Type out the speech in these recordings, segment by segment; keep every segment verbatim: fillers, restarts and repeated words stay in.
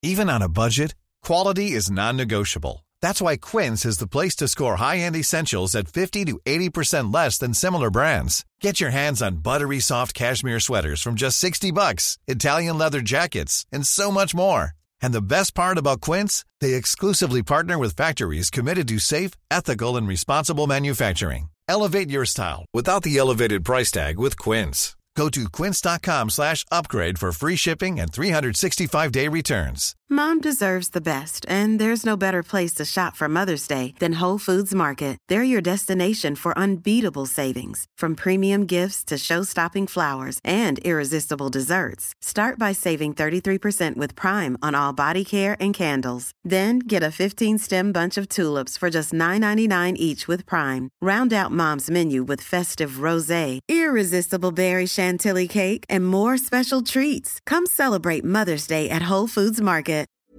Even on a budget, quality is non-negotiable. That's why Quince is the place to score high-end essentials at fifty to eighty percent less than similar brands. Get your hands on buttery soft cashmere sweaters from just sixty bucks, Italian leather jackets, and so much more. And the best part about Quince, they exclusively partner with factories committed to safe, ethical, and responsible manufacturing. Elevate your style without the elevated price tag with Quince. Go to quince.com slash upgrade for free shipping and three sixty-five day returns. Mom deserves the best, and there's no better place to shop for Mother's Day than Whole Foods Market. They're your destination for unbeatable savings, from premium gifts to show-stopping flowers and irresistible desserts. Start by saving thirty-three percent with Prime on all body care and candles. Then get a fifteen-stem bunch of tulips for just nine ninety-nine each with Prime. Round out Mom's menu with festive rosé, irresistible berry chantilly cake, and more special treats. Come celebrate Mother's Day at Whole Foods Market.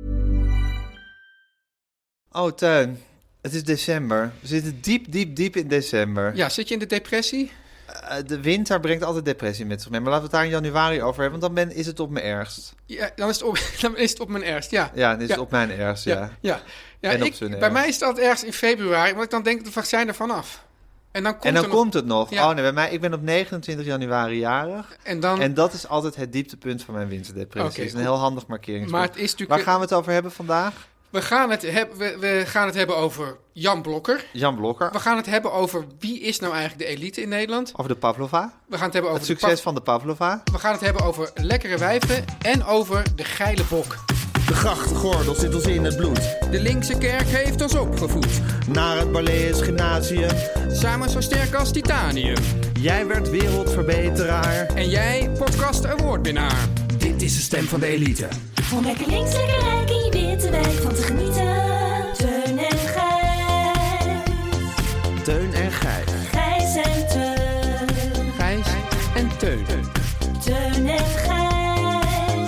Oh, Teun, het is december. We zitten diep, diep, diep in december. Ja, zit je in de depressie? Uh, de winter brengt altijd depressie met zich mee. Maar laten we het daar in januari over hebben, want dan ben, is het op mijn ergst. Ja, dan is het op, dan is het op mijn ergst, ja. Ja, dan is ja. het op mijn ergst, ja. Ja, ja. ja en ik, op zijn bij ergst. mij is het altijd ergens in februari, want ik dan denk het vaccin er vanaf. En dan komt, en dan er komt nog, het nog. Ja. Oh nee, bij mij, ik ben op negenentwintig januari jarig. En, dan, en dat is altijd het dieptepunt van mijn winterdepressie. Okay, dat is een heel handig markeringspunt. Maar het is natuurlijk... Waar gaan we het over hebben vandaag? We gaan het, heb, we, we gaan het hebben over Jan Blokker. Jan Blokker. We gaan het hebben over wie is nou eigenlijk de elite in Nederland. Over de Pavlova. We gaan het hebben over het succes de pa- van de Pavlova. We gaan het hebben over lekkere wijven en over de geile bok. De grachtgordel zit ons in het bloed. De linkse kerk heeft ons opgevoed. Naar het Barlees Gymnasium. Samen zo sterk als titanium. Jij werd wereldverbeteraar. En jij podcast awardwinnaar. Dit is de stem van de elite. Om lekker links, lekker rijk in je witte wijk van te genieten. Teun en Gijs. Teun en Gijs. Gijs en Teun. Gijs en Teun. Teun en Gijs.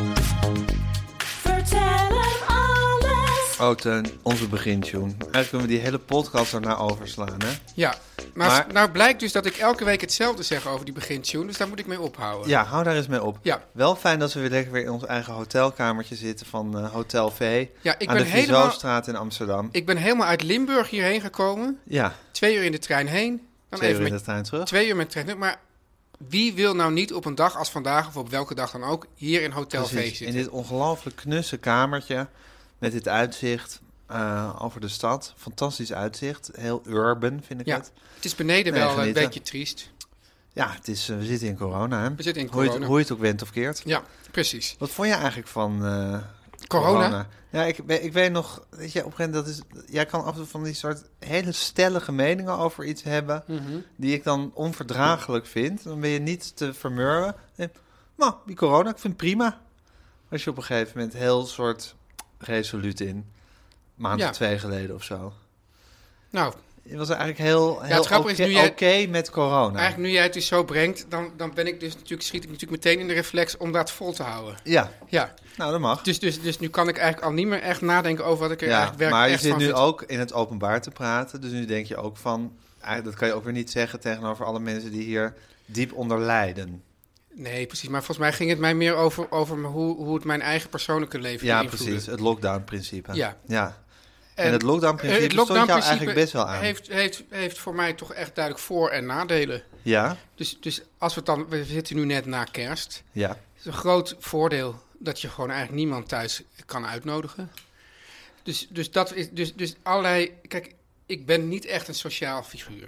Vertel hem alles. Oh, Teun, onze begintune. Eigenlijk kunnen we die hele podcast ernaar overslaan, hè? Ja, maar, Maar- nou blijkt dus dat ik elke week hetzelfde zeg over die begintune, dus daar moet ik mee ophouden. Ja, hou daar eens mee op. Ja. Wel fijn dat we weer lekker weer in ons eigen hotelkamertje zitten van uh, Hotel V. Ja, ik aan ben de helemaal- Vizostraat in Amsterdam. Ik ben helemaal uit Limburg hierheen gekomen. Ja, Twee uur in de trein heen. Dan twee uur even in met, de trein terug. Twee uur met de trein. Maar wie wil nou niet op een dag als vandaag, of op welke dag dan ook, hier in Hotel V Precies, zitten? in dit ongelooflijk knusse kamertje met dit uitzicht uh, over de stad. Fantastisch uitzicht. Heel urban, vind ik Ja, het. het is beneden Nee, wel een genieten. beetje triest. Ja, het is, uh, we zitten in corona, hè? We zitten in Hoe je, corona. het, hoe je het ook went of keert. Ja, precies. Wat vond je eigenlijk van uh, Corona? Ja, ik, ik weet nog, weet je, op een gegeven moment, dat is, jij kan af en toe van die soort hele stellige meningen over iets hebben, Mm-hmm. die ik dan onverdraaglijk vind. Dan ben je niet te vermurwen. En, nou, die corona, ik vind het prima. Was je op een gegeven moment heel soort resoluut in. Maand Ja. of twee geleden of zo. Nou, Je was eigenlijk heel, heel het grappige is, oké nu jij- oké met corona. eigenlijk nu jij het dus zo brengt, dan, dan ben ik dus natuurlijk, schiet ik natuurlijk meteen in de reflex om dat vol te houden. Ja, Ja, nou dat mag. dus, dus, dus nu kan ik eigenlijk al niet meer echt nadenken over wat ik er Ja, eigenlijk werkelijk maar je echt zit van nu vind. ook in het openbaar te praten. Dus nu denk je ook van, eigenlijk, dat kan je ook weer niet zeggen tegenover alle mensen die hier diep onder lijden. Nee, precies. Maar volgens mij ging het mij meer over, over me- hoe, hoe het mijn eigen persoonlijke leven Ja, beïnvloedde. precies. Het lockdown-principe. Ja. ja. En, het lockdown-principe het stond jou lockdown-principe eigenlijk best wel aan. Heeft, heeft, heeft voor mij toch echt duidelijk voor- en nadelen. Ja, Dus, dus als we het dan... We zitten nu net na kerst. ja. Het is een groot voordeel dat je gewoon eigenlijk niemand thuis kan uitnodigen. Dus, dus dat is... Dus, dus allerlei... Kijk, ik ben niet echt een sociaal figuur.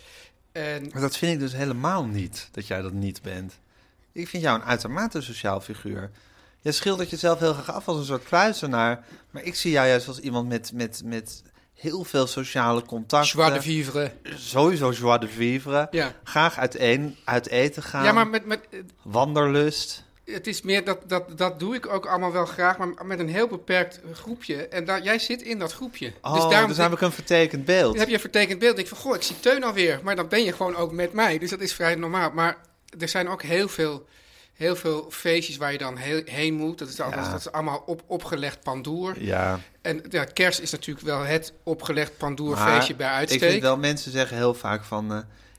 En Maar dat vind ik dus helemaal niet, dat jij dat niet bent. Ik vind jou een uitermate sociaal figuur. Jij schildert jezelf heel graag af als een soort kluizenaar. Maar ik zie jou juist als iemand met, met, met heel veel sociale contacten. joie de vivre. Sowieso joie de vivre. Ja. Graag uiteen, uit eten gaan. Ja, maar met, met, Wanderlust. het is meer dat, dat, dat doe ik ook allemaal wel graag, maar met een heel beperkt groepje. En daar, jij zit in dat groepje. Oh, dus daarom dus heb ik een vertekend beeld. dan heb je een vertekend beeld. Ik van, goh, ik zie Teun alweer. Maar dan ben je gewoon ook met mij. Dus dat is vrij normaal. Maar er zijn ook heel veel, heel veel feestjes waar je dan heel, heen moet. Dat is, allemaal, Ja. dat is allemaal op, opgelegd pandoer. Ja, En ja, kerst is natuurlijk wel het opgelegd pandoerfeestje maar bij ik uitstek. vind wel, mensen zeggen heel vaak van... eh,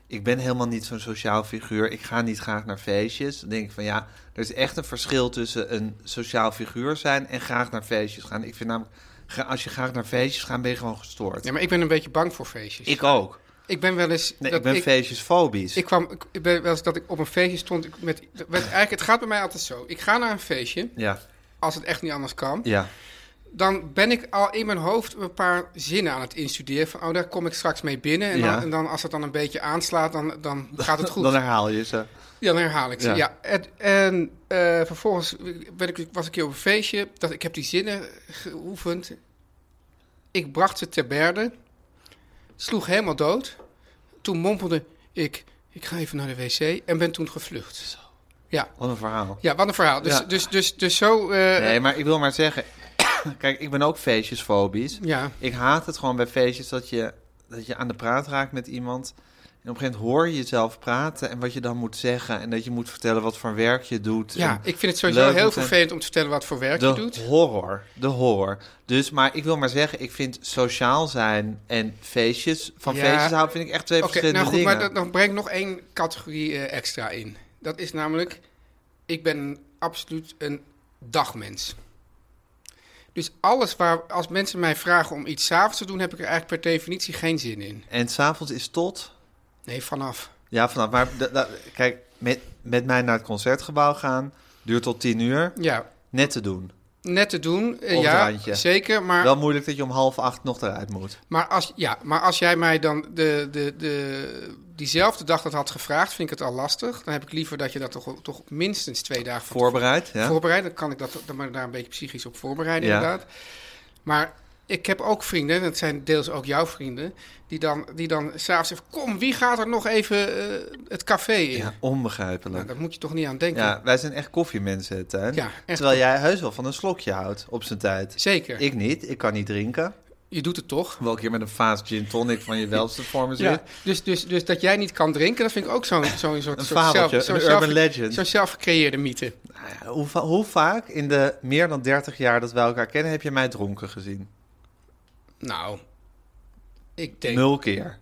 ik ben helemaal niet zo'n sociaal figuur. Ik ga niet graag naar feestjes. Dan denk ik van ja, er is echt een verschil tussen een sociaal figuur zijn en graag naar feestjes gaan. Ik vind namelijk, gra- als je graag naar feestjes gaat, ben je gewoon gestoord. Ja, maar ik ben een beetje bang voor feestjes. Ik ook. Ik ben wel eens... Nee, dat ik ben feestjesfobisch. Ik kwam, ik, ik ben wel eens dat ik op een feestje stond ik met... met eigenlijk, het gaat bij mij altijd zo. Ik ga naar een feestje, Ja, als het echt niet anders kan. ja. Dan ben ik al in mijn hoofd een paar zinnen aan het instuderen. Van, oh, daar kom ik straks mee binnen. En, Ja. dan, en dan, als het dan een beetje aanslaat, dan, dan gaat het goed. Dan herhaal je ze. Ja, dan herhaal ik ze. Ja. Ja. En, en eh, vervolgens ben ik, was ik een keer op een feestje. Dat, ik heb die zinnen geoefend. Ik bracht ze ter berde. Sloeg helemaal dood. Toen mompelde ik, ik ga even naar de wc. En ben toen gevlucht. Ja, Wat een verhaal. ja wat een verhaal. Dus, Ja. dus, dus, dus zo... eh, Nee, maar ik wil maar zeggen... Kijk, ik ben ook feestjesfobisch. Ja, Ik haat het gewoon bij feestjes dat je, dat je aan de praat raakt met iemand. En op een gegeven moment hoor je jezelf praten en wat je dan moet zeggen. En dat je moet vertellen wat voor werk je doet. ja, En ik vind het sowieso leuk heel moet zijn. vervelend om te vertellen wat voor werk de je doet. horror. De horror. Dus, maar ik wil maar zeggen, ik vind sociaal zijn en feestjes, van Ja. feestjes houden, vind ik echt twee Oké, verschillende nou goed, dingen. maar dat- dan breng ik nog één categorie eh, extra in. Dat is namelijk, ik ben absoluut een dagmens. Dus alles waar, als mensen mij vragen om iets 's avonds te doen, heb ik er eigenlijk per definitie geen zin in. En s'avonds is tot... Nee, vanaf. Ja, vanaf. Maar da- da- kijk, met, met mij naar het concertgebouw gaan, duurt tot tien uur. Ja, Net te doen. net te doen. eh, Op het ja, randje. zeker. Maar, Wel moeilijk dat je om half acht nog eruit moet. maar, als, ja, maar als jij mij dan de, de, de, diezelfde dag dat had gevraagd, vind ik het al lastig. Dan heb ik liever dat je dat toch, toch minstens twee dagen van Voorbereid, ja? voorbereid. Dan kan ik dat, dan maar daar een beetje psychisch op voorbereiden, Ja. inderdaad. Maar ik heb ook vrienden, en dat zijn deels ook jouw vrienden, die dan, die dan s'avonds zeggen, kom, wie gaat er nog even eh, het café in? Ja, onbegrijpelijk. Nou, daar moet je toch niet aan denken? Ja, wij zijn echt koffiemensen, Tuin. Ja, echt. Terwijl jij heus wel van een slokje houdt op zijn tijd. Zeker. Ik niet, ik kan niet drinken. Je doet het toch? Wel een keer met een vaas gin tonic van je welste voor me zit. Ja, dus, dus, dus dat jij niet kan drinken, dat vind ik ook zo'n zo'n soort, Een soort fabeltje, zo'n een zelf- urban legend. Zo'n zelfgecreëerde mythe. Nou ja, hoe, va- hoe vaak in de meer dan dertig jaar dat wij elkaar kennen, heb je mij dronken gezien? Nou, ik denk... Nul keer.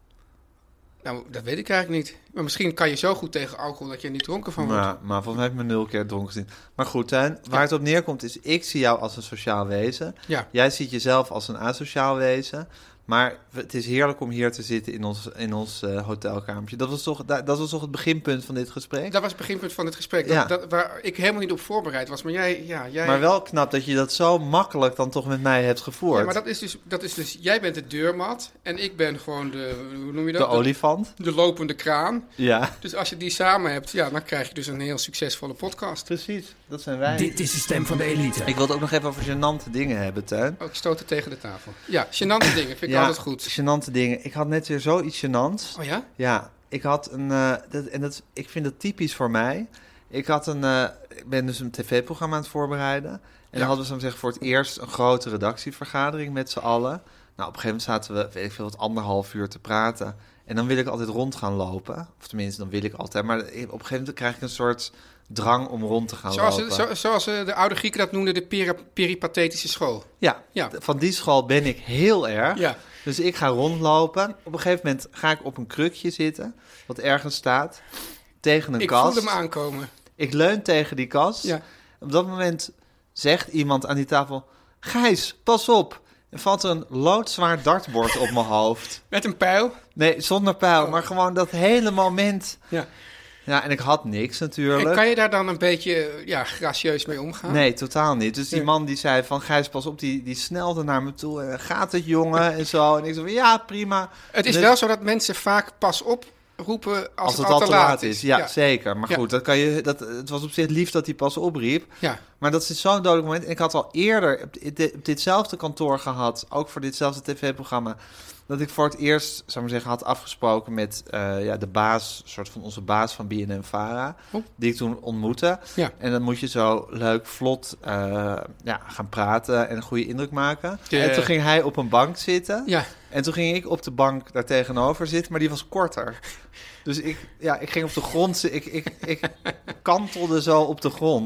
Nou, dat weet ik eigenlijk niet. Maar misschien kan je zo goed tegen alcohol dat je er niet dronken van wordt. Maar, maar volgens mij heb je me nul keer dronken gezien. Maar goed, Tuin, waar het op neerkomt is, ik zie jou als een sociaal wezen. Ja. Jij ziet jezelf als een asociaal wezen. Maar het is heerlijk om hier te zitten in ons, in ons uh, hotelkamertje. Dat was, toch, dat, dat was toch het beginpunt van dit gesprek? Dat was het beginpunt van dit gesprek. Dat, Ja. dat, waar ik helemaal niet op voorbereid was. Maar jij... Ja, jij Maar wel knap dat je dat zo makkelijk dan toch met mij hebt gevoerd. Ja, maar dat is, dus, dat is dus... Jij bent de deurmat en ik ben gewoon de... Hoe noem je de dat? olifant. De, de lopende kraan. Ja, Dus als je die samen hebt, ja, dan krijg je dus een heel succesvolle podcast. precies. Dat zijn wij. Dit is de stem van de elite. Ik wil het ook nog even over gênante dingen hebben, Tuin. Ook stoten tegen de tafel. Ja, gênante dingen vind ik Ja, altijd goed. gênante dingen. Ik had net weer zoiets gênants. Oh ja? Ja, ik had een... eh, dat, en dat, ik vind dat typisch voor mij. Ik had een... eh, ik ben dus een tv-programma aan het voorbereiden. En Ja. dan hadden we, zou ik zeggen, voor het eerst een grote redactievergadering met z'n allen. Nou, op een gegeven moment zaten we, weet ik veel, wat anderhalf uur te praten. En dan wil ik altijd rond gaan lopen. Of tenminste, dan wil ik altijd. Maar op een gegeven moment krijg ik een soort drang om rond te gaan Zoals, lopen. zo, zoals eh, de oude Grieken dat noemden, de peri peripathetische school. Ja, Ja. d- van die school ben ik heel erg. Ja. Dus ik ga rondlopen. Op een gegeven moment ga ik op een krukje zitten, wat ergens staat, tegen een Ik kast. voelde hem aankomen. Ik leun tegen die kast. Ja. Op dat moment zegt iemand aan die tafel, Gijs, pas op. Er valt een loodzwaar dartbord op mijn hoofd. Met een pijl. Nee, zonder pijl, maar gewoon dat hele moment. Ja. Ja, en ik had niks natuurlijk. En kan je daar dan een beetje eh, ja, gracieus mee omgaan? Nee, totaal niet. Dus die Nee. man die zei van, Gijs, pas op, die, die snelde naar me toe. En gaat het, jongen? En zo. En ik zei van, ja, prima. Het is Dus- wel zo dat mensen vaak pas op roepen als, Als het al te laat is. Ja, Ja. zeker. Maar Ja. goed, dat kan je, dat, het was op zich lief dat hij pas opriep. Ja. Maar dat is zo'n dodelijk moment. En ik had al eerder op, dit- op ditzelfde kantoor gehad, ook voor ditzelfde tv-programma, dat ik voor het eerst, zou ik maar zeggen, had afgesproken met eh, ja, de baas, een soort van onze baas van B N N Vara, Oh. die ik toen ontmoette. Ja. En dan moet je zo leuk, vlot eh, ja, gaan praten en een goede indruk maken. Ja. En toen ging hij op een bank zitten. Ja. En toen ging ik op de bank daar tegenover zitten, maar die was korter. Dus ik, ja, ik ging op de grond zitten. Ik, ik, ik kantelde zo op de grond.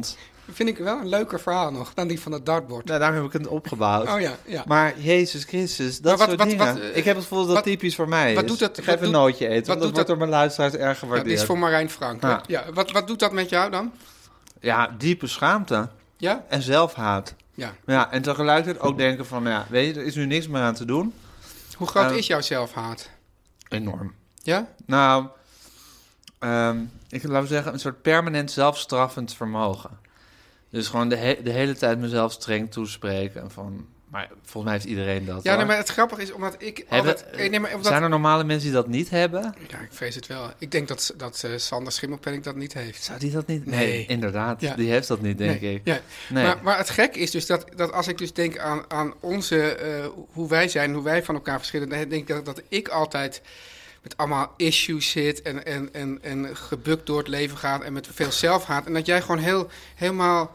vind ik wel een leuker verhaal nog dan die van het dartbord. Nou, daarom heb ik het opgebouwd. Oh ja, ja. Maar Jezus Christus, dat Maar wat- soort wat- dingen. wat, eh, ik heb het gevoel dat dat wat- typisch voor mij wat is. doet dat- ik ga wat even een doet- nootje eten, wat want dat doet wordt door dat- mijn luisteraars erg Dat gewaardeerd. is voor Marijn Frank. hè? Ja. Ja. Wat, wat doet dat met jou dan? Ja, diepe schaamte Ja? en zelfhaat. Ja. Ja, en tegelijkertijd ook denken van, ja, weet je, er is nu niks meer aan te doen. Hoe groot Eh, is jouw zelfhaat? Enorm. Ja? Nou, ehm, ik laat we zeggen, een soort permanent zelfstraffend vermogen. Dus gewoon de, he- de hele tijd mezelf streng toespreken. En van, maar volgens mij heeft iedereen dat. Ja, hoor. nee, maar het grappige is omdat ik Hebben- altijd... eh, nee, maar omdat, Zijn er normale mensen die dat niet hebben? Ja, ik vrees het wel. Ik denk dat, dat uh, Sander Schimmelpenninck dat niet heeft. Zou die dat niet? Nee. inderdaad. Ja. Die heeft dat niet, denk nee. ik. Ja. Nee. Maar, maar het gek is dus dat, dat als ik dus denk aan, aan onze... Uh, hoe wij zijn, hoe wij van elkaar verschillen... dan denk ik dat, dat ik altijd met allemaal issues zit... En, en, en, en gebukt door het leven gaat en met veel zelfhaat. En dat jij gewoon heel, helemaal...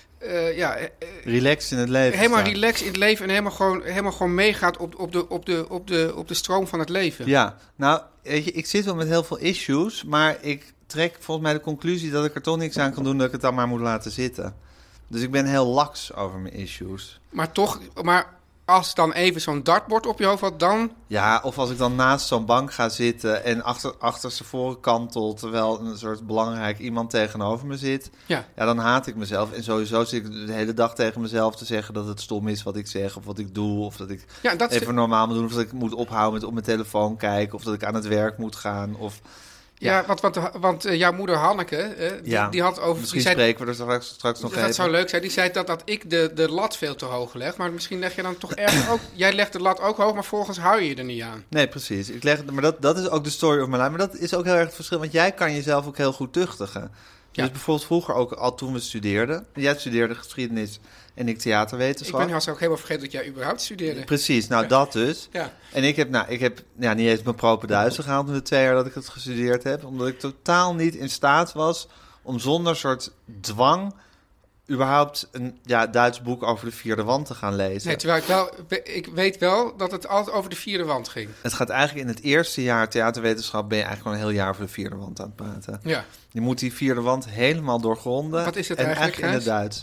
Uh, ja, uh, Relaxed in het leven. helemaal staan. relaxed in het leven en helemaal gewoon, helemaal gewoon meegaat op, op, de, op, de, op, de, op de stroom van het leven. Ja, nou, weet je, ik zit wel met heel veel issues, maar ik trek volgens mij de conclusie dat ik er toch niks aan kan doen, dat ik het dan maar moet laten zitten. Dus ik ben heel laks over mijn issues. Maar toch, maar als dan even zo'n dartbord op je hoofd had, dan... Ja, of als ik dan naast zo'n bank ga zitten en achter, achterstevoren kantel, terwijl een soort belangrijk iemand tegenover me zit, Ja. ja, dan haat ik mezelf. En sowieso zit ik de hele dag tegen mezelf te zeggen dat het stom is wat ik zeg, of wat ik doe, of dat ik Ja, dat is, even normaal moet doen, of dat ik moet ophouden met op mijn telefoon kijken, of dat ik aan het werk moet gaan, of... ja, want, want, want uh, jouw moeder Hanneke, uh, die, Ja, die had over... Misschien die zei, spreken we er straks, straks nog dat even. zou leuk zijn. Die zei dat, dat ik de, de lat veel te hoog leg. Maar misschien leg je dan toch ergens ook... Jij legt de lat ook hoog, maar volgens hou je je er niet aan. Nee, precies. Ik leg, maar dat, dat is ook de story of my life. Maar dat is ook heel erg het verschil, want jij kan jezelf ook heel goed tuchtigen. Ja. Dus bijvoorbeeld vroeger ook al toen we studeerden. Jij studeerde geschiedenis en ik Ik theaterwetenschap. ben zelfs ook helemaal vergeten dat jij überhaupt studeerde. Precies, nou Ja. dat dus. Ja. En ik heb, nou, ik heb ja, niet eens mijn propenduizen gehaald in de twee jaar dat ik het gestudeerd heb. Omdat ik totaal niet in staat was om zonder soort dwang überhaupt een ja, Duits boek over de vierde wand te gaan lezen. Nee, terwijl ik wel... Ik weet wel dat het altijd over de vierde wand ging. Het gaat eigenlijk in het eerste jaar theaterwetenschap ben je eigenlijk gewoon een heel jaar over de vierde wand aan het praten. Ja. Je moet die vierde wand helemaal doorgronden. Wat is het en eigenlijk, in het Gijs? Duits.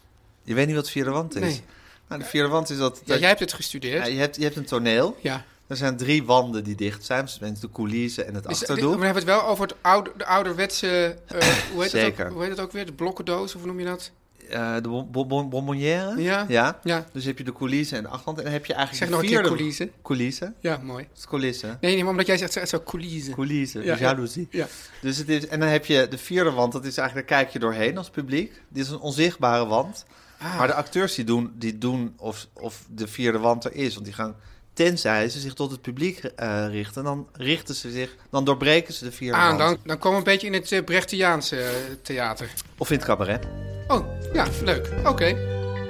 Je weet niet wat vierde wand is? Nee. Nou, de vierde wand is dat... Ja, dat jij hebt het gestudeerd. ja, je, hebt, je hebt een toneel. Ja. Er zijn drie wanden die dicht zijn. Dus de coulissen en het Is, achterdoel. we hebben het wel over het oude, de ouderwetse... Uh, hoe, heet Zeker. Het ook, hoe heet het ook weer? De blokkendoos, of hoe noem je dat? Uh, de bon, bon, bon, bonbonnière. Ja. ja. Ja. Dus heb je de coulissen en de achterwand. En dan heb je Ik eigenlijk zeg nog de een keer vierde... coulissen. Coulissen. Ja, mooi. Dat is coulissen. Nee, nee, maar omdat jij zegt zo, zo coulissen. Coulissen, Ja, dus ja. jaloezie. Ja. Dus het is, en dan heb je de vierde wand, dat is eigenlijk, daar kijk je doorheen als publiek. Dit is een onzichtbare wand. Ah. Maar de acteurs die doen, die doen of, of de vierde wand er is. Want die gaan, tenzij ze zich tot het publiek uh, richten, dan richten ze zich, dan doorbreken ze de vierde Ah, wand. dan, dan komen we een beetje in het uh, Brechtiaanse uh, theater. Of in het cabaret. Oh, ja, leuk. Oké. Okay.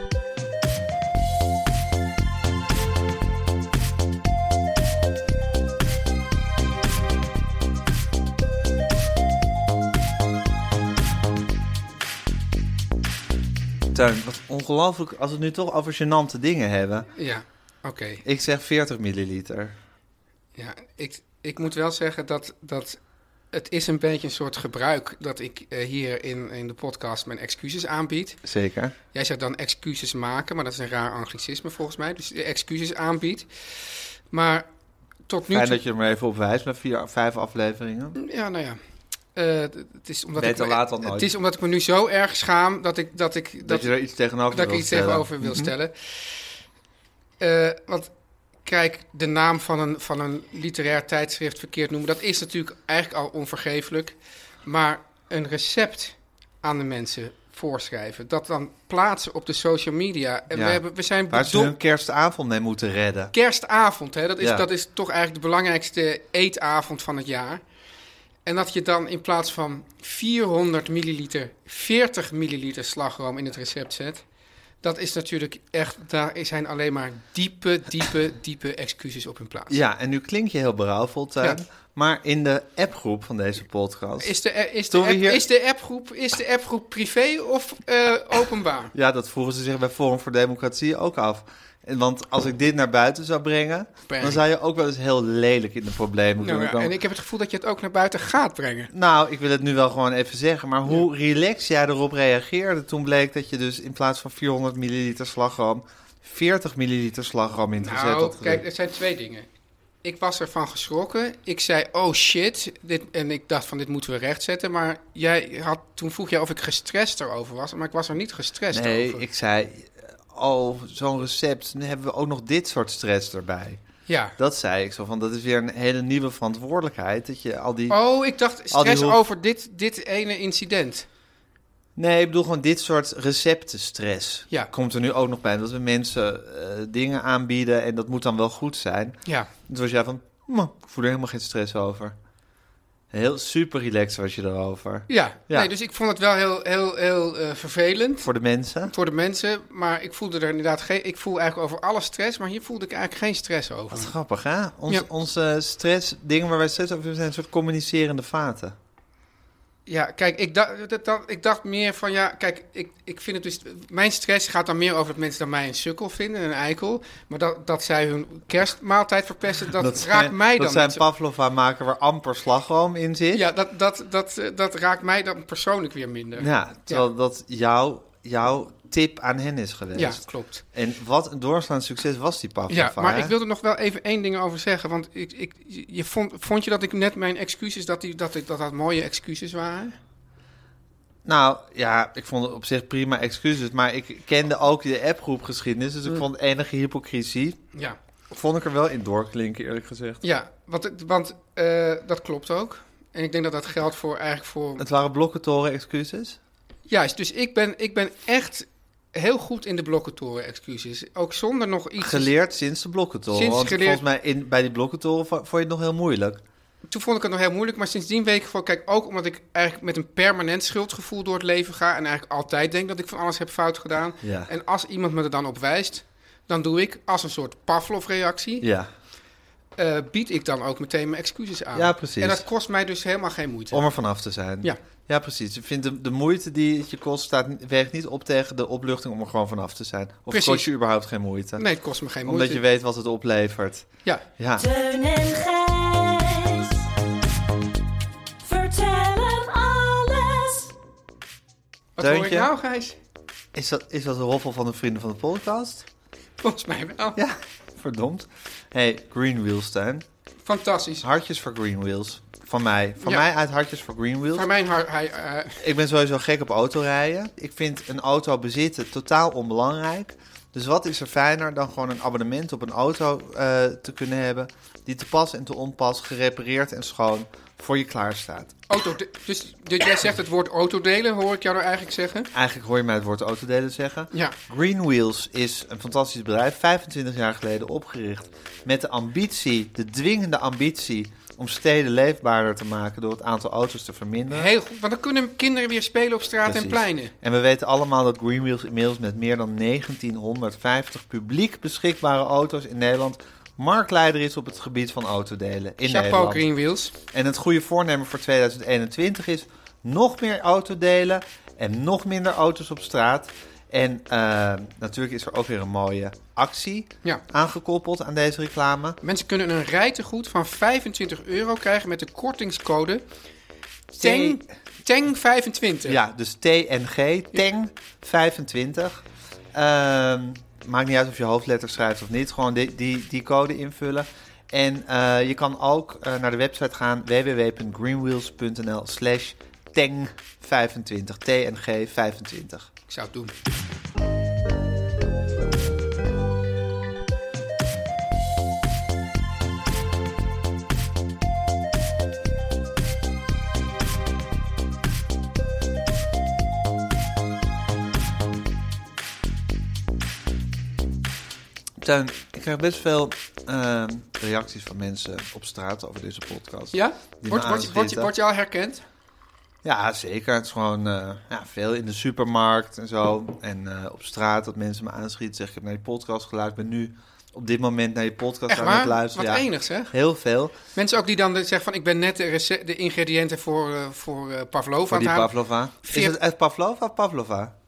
Teun, wat ongelooflijk, als we het nu toch over gênante dingen hebben. Ja, oké. Okay. Ik zeg veertig milliliter. Ja, ik, ik moet wel zeggen dat, dat het is een beetje een soort gebruik dat ik uh, hier in, in de podcast mijn excuses aanbied. Zeker. Jij zou dan excuses maken, maar dat is een raar anglicisme volgens mij. Dus excuses aanbiedt. Maar tot nu Fijn toe... dat je er maar even op wijst met vier, vijf afleveringen. Ja, nou ja. Uh, het, is omdat Beter ik, laat dan nooit. Het is omdat ik me nu zo erg schaam dat ik... Dat, ik, dat, dat je er iets tegenover dat wil ik iets stellen. tegenover wil Mm-hmm. stellen. Uh, want kijk, de naam van een, van een literair tijdschrift verkeerd noemen... dat is natuurlijk eigenlijk al onvergeeflijk. Maar een recept aan de mensen voorschrijven... dat dan plaatsen op de social media... En ja. we, hebben, we zijn Waar ze bedo- hun kerstavond mee moeten redden. Kerstavond, hè, dat, is, Ja. dat is toch eigenlijk de belangrijkste eetavond van het jaar... En dat je dan in plaats van vierhonderd milliliter, veertig milliliter slagroom in het recept zet... dat is natuurlijk echt, daar zijn alleen maar diepe, diepe, diepe excuses op hun plaats. Ja, en nu klink je heel berouwvol, Teun. Ja. Maar in de appgroep van deze podcast... Is de, is de, Toen we app, hier- is de appgroep, is de appgroep privé of uh, openbaar? Ja, dat vroegen ze zich bij Forum voor Democratie ook af. En want als ik dit naar buiten zou brengen, Breng. dan zou je ook wel eens heel lelijk in de problemen Nou, komen. ja, en ik heb het gevoel dat je het ook naar buiten gaat brengen. Nou, ik wil het nu wel gewoon even zeggen. Maar hoe relaxed jij erop reageerde toen bleek dat je dus in plaats van vierhonderd milliliter slagroom veertig milliliter slagroom in het recept had Nou, gezet. kijk, er zijn twee dingen. Ik was ervan geschrokken. Ik zei, oh shit. Dit, en ik dacht van, dit moeten we rechtzetten. Maar jij had, toen vroeg jij of ik gestrest erover was. Maar ik was er niet gestrest Nee, over. ik zei, oh, zo'n recept, nu hebben we ook nog dit soort stress erbij. Ja. Dat zei ik zo van, dat is weer een hele nieuwe verantwoordelijkheid. Dat je al die... Oh, ik dacht Al die stress hoef- over dit, dit ene incident. Nee, ik bedoel gewoon dit soort receptenstress. Ja. Komt er nu ook nog bij. Dat we mensen eh, dingen aanbieden en dat moet dan wel goed zijn. Ja. Toen was jij van, "Mwah, ik voel er helemaal geen stress over. Heel super relaxed was je erover. Ja. Ja. Nee, dus ik vond het wel heel, heel, heel eh, vervelend. Voor de mensen. Voor de mensen, maar ik voelde er inderdaad geen... Ik voel eigenlijk over alle stress, maar hier voelde ik eigenlijk geen stress over. Wat grappig, hè? Ons, Ja. Onze stress, dingen waar wij stress over hebben, zijn een soort communicerende vaten. Ja, kijk, ik dacht, dat, dat, ik dacht meer van, ja, kijk, ik, ik vind het dus... Mijn stress gaat dan meer over dat mensen dan mij een sukkel vinden, een eikel. Maar dat, dat zij hun kerstmaaltijd verpesten, dat, raakt zijn, mij dan Dat zijn niet zo- Pavlova maken waar amper slagroom in zit. Ja, dat, dat, dat, eh, dat raakt mij dan persoonlijk weer minder. Ja, terwijl dat jouw, jouw tip aan hen is geweest. Ja, klopt. En wat een doorslaand succes was die Pavlova. Ja, maar hè? ik wil er nog wel even één ding over zeggen. Want ik, ik, je vond, vond je dat ik net mijn excuses, dat die, dat, ik, dat dat mooie excuses waren? Nou, ja, ik vond het op zich prima excuses. Maar ik kende ook de appgroepgeschiedenis. Dus ik Mm. vond enige hypocrisie. Ja. Vond ik er wel in doorklinken, eerlijk gezegd. Ja, want, het- want eh, dat klopt ook. En ik denk dat dat geldt voor eigenlijk voor... Het waren blokkentoren excuses. Juist, dus ik ben, ik ben echt heel goed in de blokkentoren excuses. Ook zonder nog iets... Geleerd sinds de blokkentoren. Sinds Want geleerd- volgens mij in, bij die blokkentoren vo- vond je het nog heel moeilijk. Toen vond ik het nog heel moeilijk, maar sindsdien weet ik gewoon... Kijk, ook omdat ik eigenlijk met een permanent schuldgevoel door het leven ga... en eigenlijk altijd denk dat ik van alles heb fout gedaan. Ja. En als iemand me er dan op wijst... dan doe ik als een soort Pavlov-reactie... Ja. eh, bied ik dan ook meteen mijn excuses aan. Ja, precies. En dat kost mij dus helemaal geen moeite. Om er vanaf te zijn. Ja. Ja, precies. Ik vind de, de moeite die het je kost, staat, weegt niet op tegen de opluchting om er gewoon vanaf te zijn. Of Precies. kost je überhaupt geen moeite? Nee, het kost me geen moeite. Omdat je weet wat het oplevert. Ja, Ja. Teun en Gijs. Vertel hem alles. wat hoor ik Teuntje? nou, Gijs? Is dat, is dat een roffel van de vrienden van de podcast? Volgens mij wel. Ja, verdomd. Hey, Green Wheels, Teun. Fantastisch. Hartjes voor Green Wheels. Van mij. Van Ja. mij uit Hartjes voor Green Wheels. Voor mijn hart... Hij, eh, Ik ben sowieso gek op autorijden. Ik vind een auto bezitten totaal onbelangrijk. Dus wat is er fijner dan gewoon een abonnement op een auto eh, te kunnen hebben... die te pas en te onpas, gerepareerd en schoon voor je klaar staat. auto, dus, dus jij zegt het woord autodelen, hoor ik jou nou eigenlijk zeggen? Eigenlijk hoor je mij het woord autodelen zeggen. Ja. Green Wheels is een fantastisch bedrijf, vijfentwintig jaar geleden opgericht... met de ambitie, de dwingende ambitie... om steden leefbaarder te maken door het aantal auto's te verminderen. Heel goed, want dan kunnen kinderen weer spelen op straat en Precies. pleinen. En we weten allemaal dat Green Wheels inmiddels met meer dan negentienhonderdvijftig publiek beschikbare auto's in Nederland marktleider is op het gebied van autodelen in Chapeau, Nederland. Green Wheels. En het goede voornemen voor tweeduizend eenentwintig is nog meer autodelen en nog minder auto's op straat. En uh, natuurlijk is er ook weer een mooie actie Ja. aangekoppeld aan deze reclame. Mensen kunnen een rijtegoed van vijfentwintig euro krijgen met de kortingscode T E N G, T E N G vijfentwintig. Ja, dus T N G, T E N G vijfentwintig. Ehm, maakt niet uit of je hoofdletters schrijft of niet. Gewoon die, die, die code invullen. En uh, je kan ook uh, naar de website gaan w w w punt greenwheels punt n l slash T E N G vijfentwintig. T N G vijfentwintig. Ik zou het doen. Teun, ik krijg best veel uh, reacties van mensen op straat over deze podcast. Ja? Die Word, me word, je- word, je, aanschieten. word je al herkend? Ja, zeker. Het is gewoon uh, ja, veel in de supermarkt en zo. En uh, op straat dat mensen me aanschieten. Zeg ik heb naar die podcast geluisterd. Ik ben nu op dit moment naar die podcast Echt aan het waar? luisteren. Wat Ja, enig, zeg. heel veel. Mensen ook die dan zeggen van ik ben net de, rece- de ingrediënten voor, uh, voor uh, Pavlova Voor aan die het halen. Pavlova. Is Veert- het uit Pavlova of Pavlova?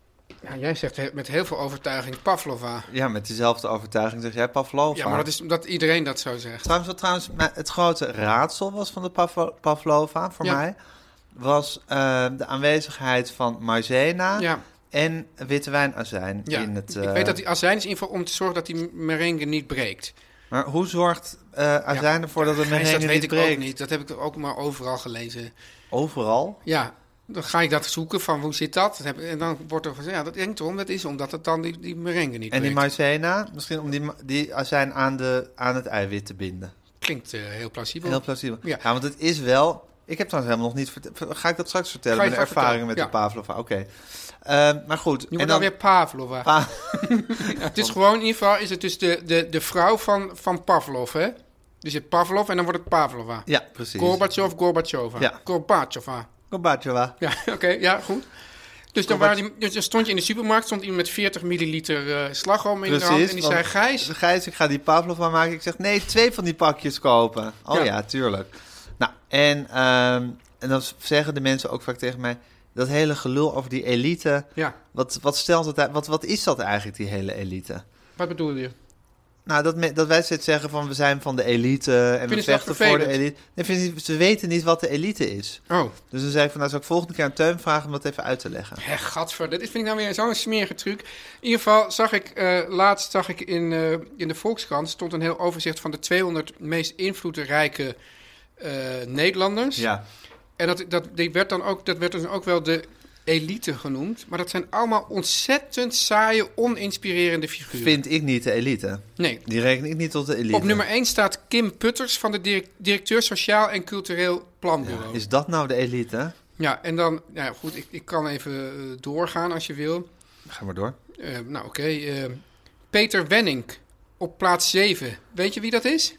Ja, jij zegt he- met heel veel overtuiging Pavlova. Ja, met diezelfde overtuiging zeg jij Pavlova. Ja, maar dat is omdat iedereen dat zo zegt. Trouwens, wat trouwens maar het grote raadsel was van de Pavlo- Pavlova voor Ja. mij... was eh, de aanwezigheid van maïzena Ja, en witte wijnazijn ja. in het... ik eh, weet dat die azijn is in ieder geval om te zorgen dat die merengue niet breekt. Maar hoe zorgt eh azijn ervoor dat het Gijs, merengue dat weet niet ik breekt? ook niet. Dat heb ik ook maar overal gelezen. Overal? Ja, dan ga ik dat zoeken van hoe zit dat? Dat heb- En dan wordt er gezegd, ja, dat denkt erom, dat is omdat het dan die, die merengue niet En die breekt. maïzena, misschien om die, ma- die azijn aan, de, aan het eiwit te binden. Klinkt eh, heel plausibel. Heel plausibel. Ja. Ja. want het is wel... Ik heb trouwens helemaal nog niet verteld... Ga ik dat straks vertellen? Ga je Mijn straks ervaringen met vertellen, de Pavlova. Oké. Eh, maar goed. Nu en wordt dan alweer Pavlova. Pa- Ja, het is gewoon, in ieder geval is het dus de, de, de vrouw van, van Pavlov, hè? Dus je hebt Pavlov en dan wordt het Pavlova. ja, precies. Gorbachev, Gorbachova. Ja. Gorbachova. Gorbachev. Ja, oké, ja, goed. Dus dan, waren die, dus dan stond je in de supermarkt, stond iemand met veertig milliliter eh slagroom in de hand. Precies, En die want- zei, Gijs, Gijs, ik ga die Pavlova maken. Ik zeg, nee, twee van die pakjes kopen. Oh Ja. ja, tuurlijk. Nou, en, ehm, en dan zeggen de mensen ook vaak tegen mij... dat hele gelul over die elite... ja, Wat, wat, stelt het, uit- wat, wat is dat eigenlijk, die hele elite? wat bedoel je? Nou, dat, me- dat wij steeds zeggen van we zijn van de elite en we je dat vechten voor de vervelend? elite. Nee, vind je niet- ze weten niet wat de elite is. Oh, Dus dan zei ik van, nou zou ik volgende keer aan Teun vragen om dat even uit te leggen. hè, gadver, dit vind ik nou weer zo'n smerige truc. In ieder geval zag ik, eh, laatst zag ik in, eh, in de Volkskrant, stond een heel overzicht van de tweehonderd meest invloedrijke eh, Nederlanders. Ja, En dat, dat, die werd dan ook, dat werd dan ook wel de elite genoemd. Maar dat zijn allemaal ontzettend saaie, oninspirerende figuren. vind ik niet de elite. Nee. Die reken ik niet tot de elite. Op nummer één staat Kim Putters van de direct- directeur Sociaal en Cultureel Planbureau. Ja, Is dat nou de elite? en dan, nou ja, goed, ik, ik kan even eh, doorgaan als je wil. Ga maar door. Eh, nou, oké. eh, Peter Wenning op plaats zeven. Weet je wie dat is?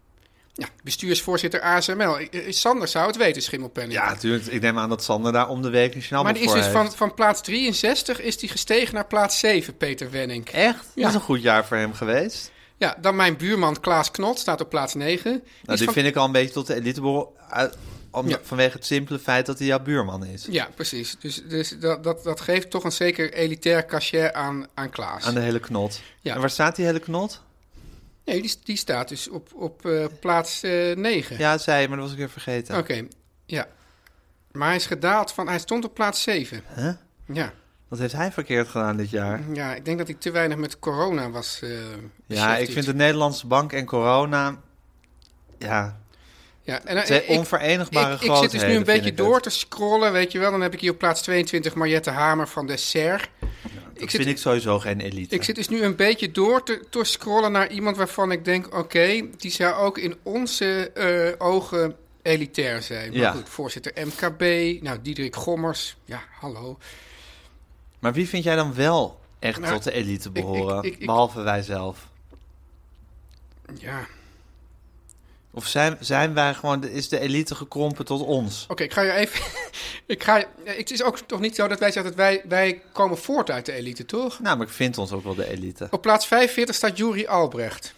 Ja, bestuursvoorzitter A S M L. Eh, eh, Sander zou het weten, Schimmelpenning. Ja, natuurlijk. Ik neem aan dat Sander daar om de week een snabbel Maar die is voor dus heeft. van, van plaats drieënzestig is die gestegen naar plaats zeven, Peter Wenning. Echt? Ja. Dat is een goed jaar voor hem geweest. Ja, dan mijn buurman Klaas Knot staat op plaats negen. Die Nou, is die van- vind ik al een beetje tot de elite behoren. uit- om- Ja. Vanwege het simpele feit dat hij jouw buurman is. Ja, precies. Dus, dus dat, dat, dat geeft toch een zeker elitair cachet aan, aan Klaas. Aan de hele knot. Ja. En waar staat die hele knot? Nee, die, die staat dus op, op eh, plaats eh, negen. Ja, zei je, maar dat was ik weer vergeten. Oké, ja. Maar hij is gedaald van... Hij stond op plaats zeven. Huh? Ja. Wat heeft hij verkeerd gedaan dit jaar? Ja, ik denk dat hij te weinig met corona was eh Ja, beschäftigd. ik vind de Nederlandse bank en corona... Ja, Ja, en, eh, twee ik- onverenigbare ik, ik zit dus nu grootheden, een beetje vind ik door het. te scrollen, weet je wel. Dan heb ik hier op plaats tweeëntwintig Mariette Hamer van de S E R. Dat Ik vind zit, ik sowieso geen elite. ik zit dus nu een beetje door te, te scrollen naar iemand waarvan ik denk... oké, die zou ook in onze eh, ogen elitair zijn. Maar Ja. goed, voorzitter M K B, nou, Diederik Gommers. Ja, hallo. Maar wie vind jij dan wel echt Nou, tot de elite behoren? ik- ik- ik- behalve wij zelf. Ja, Of zijn, zijn wij gewoon... Is de elite gekrompen tot ons? oké, ik ga je even... ik ga, je- het is ook toch niet zo dat wij zeggen dat wij, wij komen voort uit de elite, toch? Nou, maar ik vind ons ook wel de elite. Op plaats vijfenveertig staat Juri Albrecht.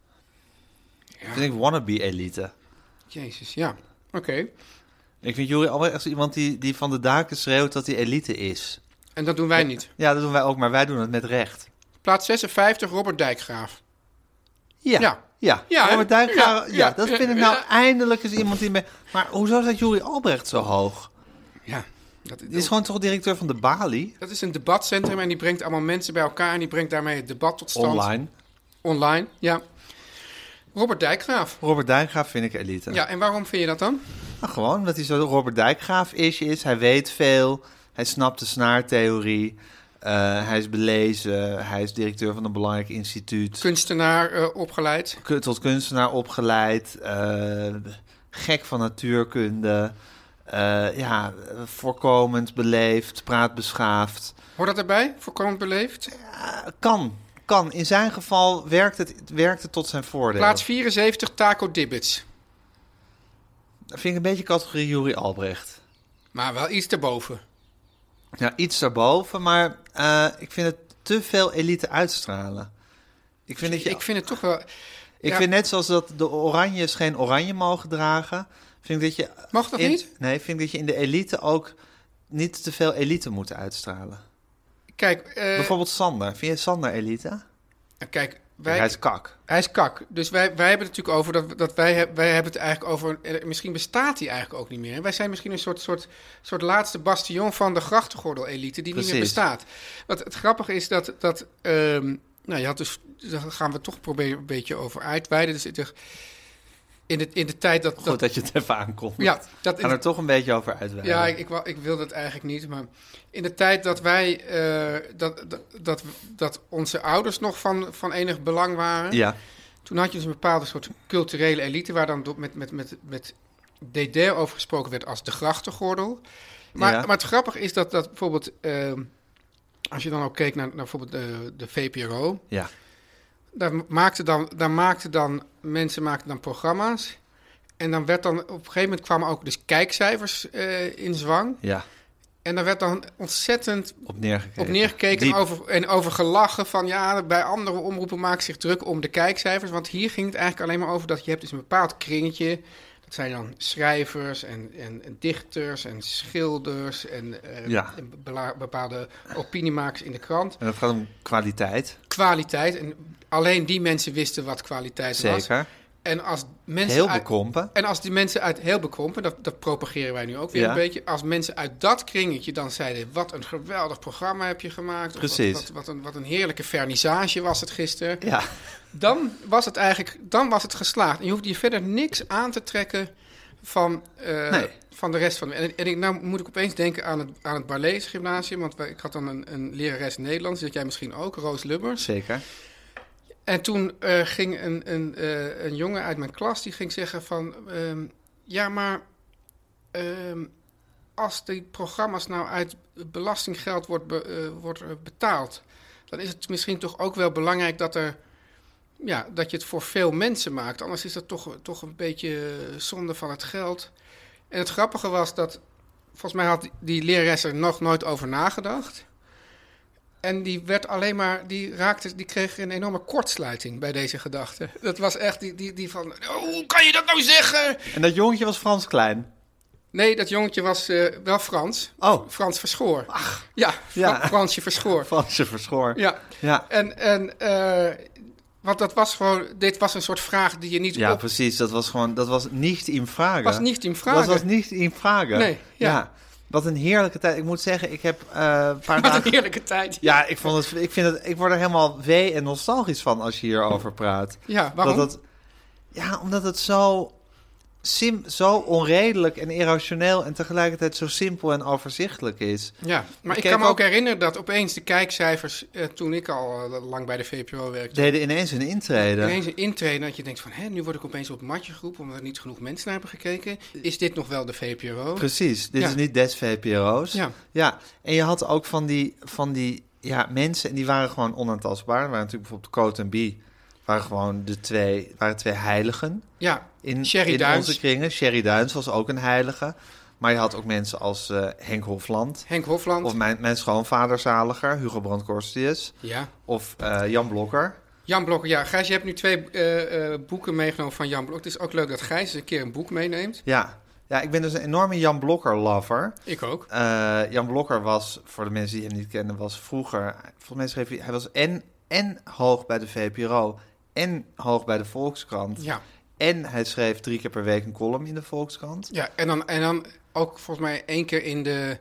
Vind ik wannabe elite. Jezus, ja. Oké. Ik vind Juri Albrecht echt iemand die, die van de daken schreeuwt dat hij elite is. En dat doen wij niet. Ja, dat doen wij ook, maar wij doen het met recht. Plaats zesenvijftig, Robert Dijkgraaf. Ja. Ja. Ja, Ja, Robert hè? Dijkgraaf, Ja, ja, ja, dat ja, vind ik nou ja. eindelijk eens iemand die... Me... Maar hoezo staat Juri Albrecht zo hoog? Ja. Dat, Die is gewoon toch directeur van de Bali? dat is een debatcentrum en die brengt allemaal mensen bij elkaar... en die brengt daarmee het debat tot stand. Online. Online, ja. Robert Dijkgraaf. Robert Dijkgraaf vind ik elite. Ja, en waarom vind je dat dan? Nou, gewoon omdat hij zo Robert Dijkgraaf-ish is. Hij weet veel. Hij snapt de snaartheorie. Uh, hij is belezen. Hij is directeur van een belangrijk instituut. Kunstenaar eh, opgeleid. Kun- tot kunstenaar opgeleid. Uh, gek van natuurkunde. Uh, ja, voorkomend, beleefd, praat beschaafd. Hoort dat erbij? Voorkomend beleefd? Uh, kan, kan. In zijn geval werkt het, werkt het tot zijn voordeel. Plaats vierenzeventig, Taco Dibbets. Dat vind ik een beetje categorie Juri Albrecht. Maar wel iets erboven. Ja, iets daarboven, maar uh, ik vind het te veel elite uitstralen. Ik vind, dat je, Ik vind het toch wel... ik ja. vind net zoals dat de oranjes geen oranje mogen dragen, vind ik dat je... Mag dat in, niet? Nee, vind ik dat je in de elite ook niet te veel elite moet uitstralen. Ik Kijk, uh, Bijvoorbeeld Sander. Vind je Sander elite? Kijk, wij, Hij is kak. Hij is kak. Dus wij, wij hebben het natuurlijk over dat, dat wij, heb, wij hebben het eigenlijk over. Misschien bestaat hij eigenlijk ook niet meer. Wij zijn misschien een soort, soort, soort laatste bastion van de grachtengordel-elite die Precies. niet meer bestaat. Wat het grappige is dat. dat um, nou, je had dus. Daar gaan we toch proberen een beetje over uitweiden. Dus er, in, de, in de tijd dat. Goed dat, dat je het even aankomt. Ja, dat Gaan er toch een beetje over uitweiden. Ja, ik, ik, ik wilde het eigenlijk niet. Maar in de tijd dat wij. Uh, dat, dat, dat, dat onze ouders nog van, van enig belang waren. Ja. Toen had je dus een bepaalde soort culturele elite, waar dan met, met, met, met dédain over gesproken werd als de grachtengordel. Maar, Ja. maar het grappige is dat, dat bijvoorbeeld, uh, als je dan ook keek naar, naar bijvoorbeeld de, de V P R O, Ja. daar maakten dan, daar maakten dan mensen maakten dan programma's. En dan werd dan, op een gegeven moment kwamen ook dus kijkcijfers uh, in zwang. Ja. En daar werd dan ontzettend Op neergekeken. op neergekeken en over, en over gelachen van ja, bij andere omroepen maken zich druk om de kijkcijfers. Want hier ging het eigenlijk alleen maar over dat je hebt dus een bepaald kringetje. Dat zijn dan schrijvers en, en, en dichters en schilders en, uh, Ja. en bela- bepaalde opiniemakers in de krant. En dat gaat om kwaliteit. Kwaliteit. En alleen die mensen wisten wat kwaliteit was. Zeker. En als mensen Heel uit- bekrompen. En als die mensen uit heel bekrompen, dat, dat propageren wij nu ook weer Ja. een beetje. Als mensen uit dat kringetje dan zeiden, wat een geweldig programma heb je gemaakt. Of Precies. Wat, wat, wat, een, wat een heerlijke vernissage was het gisteren. Ja. Dan was het eigenlijk, dan was het geslaagd. En je hoeft je verder niks aan te trekken van, uh, Nee. van de rest van de... En, en ik, nou moet ik opeens denken aan het, aan het Barlees Gymnasium. Want wij, ik had dan een, een lerares Nederlands, dat jij misschien ook, Roos Lubbers. Zeker. En toen uh, ging een, een, uh, een jongen uit mijn klas, die ging zeggen van... Um, ja, maar um, als die programma's nou uit belastinggeld wordt, be, uh, wordt uh, betaald... dan is het misschien toch ook wel belangrijk dat, er, ja, dat je het voor veel mensen maakt. Anders is dat toch, toch een beetje zonde van het geld. En het grappige was dat... volgens mij had die lerares er nog nooit over nagedacht... En die werd alleen maar, die raakte, die kreeg een enorme kortsluiting bij deze gedachte. Dat was echt die, die, die van, oh, hoe kan je dat nou zeggen? En dat jongetje was Frans Klein. Nee, dat jongetje was uh, wel Frans. Oh. Frans Verschoor. Ach. Ja, Fra- Ja. Fransje Verschoor. Fransje Verschoor. Ja. Ja. En, en uh, want dat was gewoon, dit was een soort vraag die je niet Ja, op... precies. Dat was gewoon, dat was niet in vragen. was niet in vragen. Dat was niet in vragen. Nee, ja. Wat een heerlijke tijd. Ik moet zeggen, ik heb uh, een paar Wat dagen... een heerlijke tijd. Ja, ik, vond het, ik, vind het, ik word er helemaal wee en nostalgisch van als je hierover praat. Ja, waarom? Dat het, ja, omdat het zo, sim, zo onredelijk en irrationeel en tegelijkertijd zo simpel en overzichtelijk is. Ja, maar ik, keek kan me ook ook- herinneren dat opeens de kijkcijfers, uh, toen ik al uh, lang bij de V P R O werkte, Deden ineens een intrede. ineens een intreden dat je denkt van, hè, nu word ik opeens op het matje geroepen omdat er niet genoeg mensen naar hebben gekeken. Is dit nog wel de V P R O? Precies, dit Ja. is niet des V P R O's. Ja. Ja, en je had ook van die, van die ja, mensen, en die waren gewoon onaantastbaar. Er waren natuurlijk bijvoorbeeld Coat en Bie, waren gewoon de twee, waren twee heiligen. Ja, In, Sherry in Duins. onze kringen. Sherry Duins was ook een heilige. Maar je had ook mensen als uh, Henk Hofland. Henk Hofland. Of mijn, mijn schoonvader zaliger, Hugo Brandt-Korstius. Ja. Of uh, Jan Blokker. Jan Blokker, ja. Gijs, je hebt nu twee uh, uh, boeken meegenomen van Jan Blokker. Het is ook leuk dat Gijs een keer een boek meeneemt. Ja. ja, ik ben dus een enorme Jan Blokker-lover. Ik ook. Uh, Jan Blokker was, voor de mensen die hem niet kennen, was vroeger... Volgens mij schreef hij, hij was en, en hoog bij de V P R O en hoog bij de Volkskrant. Ja. En hij schreef drie keer per week een column in de Volkskrant. Ja, en dan, en dan ook volgens mij één keer in de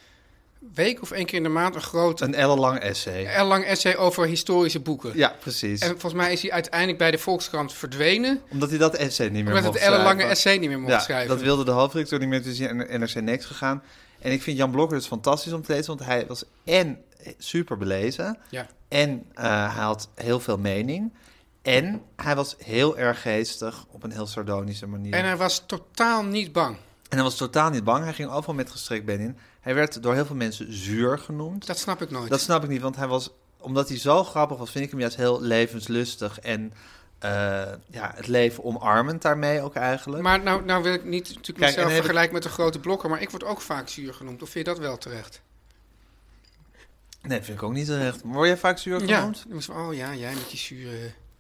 week of één keer in de maand een groot, Een ellenlang essay. ellenlang essay over historische boeken. Ja, precies. En volgens mij is hij uiteindelijk bij de Volkskrant verdwenen, Omdat hij dat essay niet meer omdat mocht het ellenlange schrijven. essay niet meer mocht Ja, schrijven. dat wilde de hoofdredacteur niet meer, dus is hij naar N R C Next gegaan. En ik vind Jan Blokker dus fantastisch om te lezen, want hij was en super belezen, Ja. en uh, hij had heel veel mening, en hij was heel erg geestig op een heel sardonische manier. En hij was totaal niet bang. En hij was totaal niet bang, hij ging overal met gestrekt been in. Hij werd door heel veel mensen zuur genoemd. Dat snap ik nooit. Dat snap ik niet, want hij was, omdat hij zo grappig was, vind ik hem juist heel levenslustig en uh, ja, het leven omarmend daarmee ook eigenlijk. Maar nou, nou wil ik niet natuurlijk Kijk, en mezelf dan heb ik- vergelijken met de grote blokker, maar ik word ook vaak zuur genoemd. Of vind je dat wel terecht? Nee, vind ik ook niet terecht. Word jij vaak zuur Ja. genoemd? Dan was van, oh ja, jij met die zure...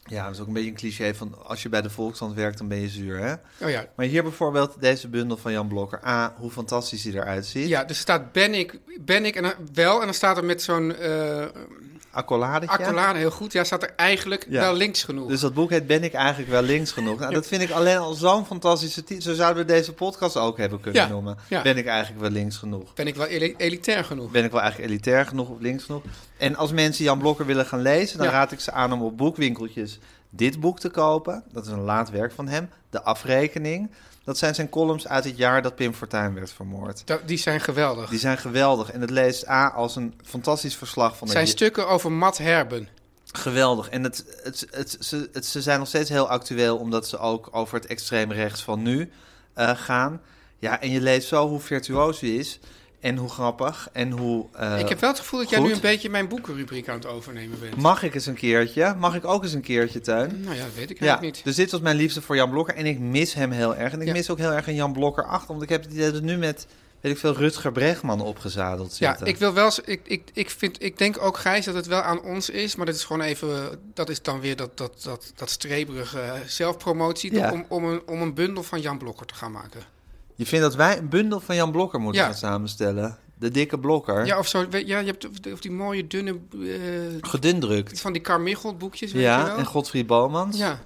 Ja, dat is ook een beetje een cliché van als je bij de Volkskrant werkt, dan ben je zuur, hè? Oh ja. Maar hier bijvoorbeeld deze bundel van Jan Blokker. A, hoe fantastisch hij eruit ziet. Ja, er staat ben ik, ben ik en dan, wel. En dan staat er met zo'n uh, Accoladetje. accolade, heel goed. Ja, staat er eigenlijk Ja. wel links genoeg. Dus dat boek heet Ben ik eigenlijk wel links genoeg? Nou, dat vind ik alleen al zo'n fantastische titel. Zo zouden we deze podcast ook hebben kunnen Ja, noemen. ja. Ben ik eigenlijk wel links genoeg? Ben ik wel eli- elitair genoeg? Ben ik wel eigenlijk elitair genoeg of links genoeg? En als mensen Jan Blokker willen gaan lezen, dan Ja. raad ik ze aan om op boekwinkeltjes dit boek te kopen. Dat is een laat werk van hem. De Afrekening. Dat zijn zijn columns uit het jaar dat Pim Fortuyn werd vermoord. Dat, die zijn geweldig. Die zijn geweldig. En het leest A als een fantastisch verslag van... Het zijn de... stukken over Matt Herben. Geweldig. En het, het, het, ze, het, ze zijn nog steeds heel actueel, omdat ze ook over het extreem rechts van nu uh, gaan. Ja, en je leest zo hoe virtuoos hij is en hoe grappig en hoe uh, Ik heb wel het gevoel dat jij goed. nu een beetje mijn boekenrubriek aan het overnemen bent. Mag ik eens een keertje? Mag ik ook eens een keertje, Teun? Nou ja, dat weet ik Ja, eigenlijk niet. dus dit was mijn liefde voor Jan Blokker en ik mis hem heel erg. En ik Ja. mis ook heel erg een Jan Blokker achter, want ik heb het idee dat nu met, weet ik veel, Rutger Bregman opgezadeld Ja, zitten. ik wil wel. Ik, ik, ik, vind, ik denk ook, Gijs, dat het wel aan ons is. Maar dat is gewoon even. Dat is dan weer dat, dat, dat, dat streberige zelfpromotie. Ja. Om, om, een, om een bundel van Jan Blokker te gaan maken. Je vindt dat wij een bundel van Jan Blokker moeten Ja. gaan samenstellen? De dikke Blokker? Ja, of zo. weet- Ja, je hebt of, of die mooie dunne. eh, Gedundrukt. van die Carmichael boekjes. Weet je Ja, wel? en Godfried Bomans. Ja,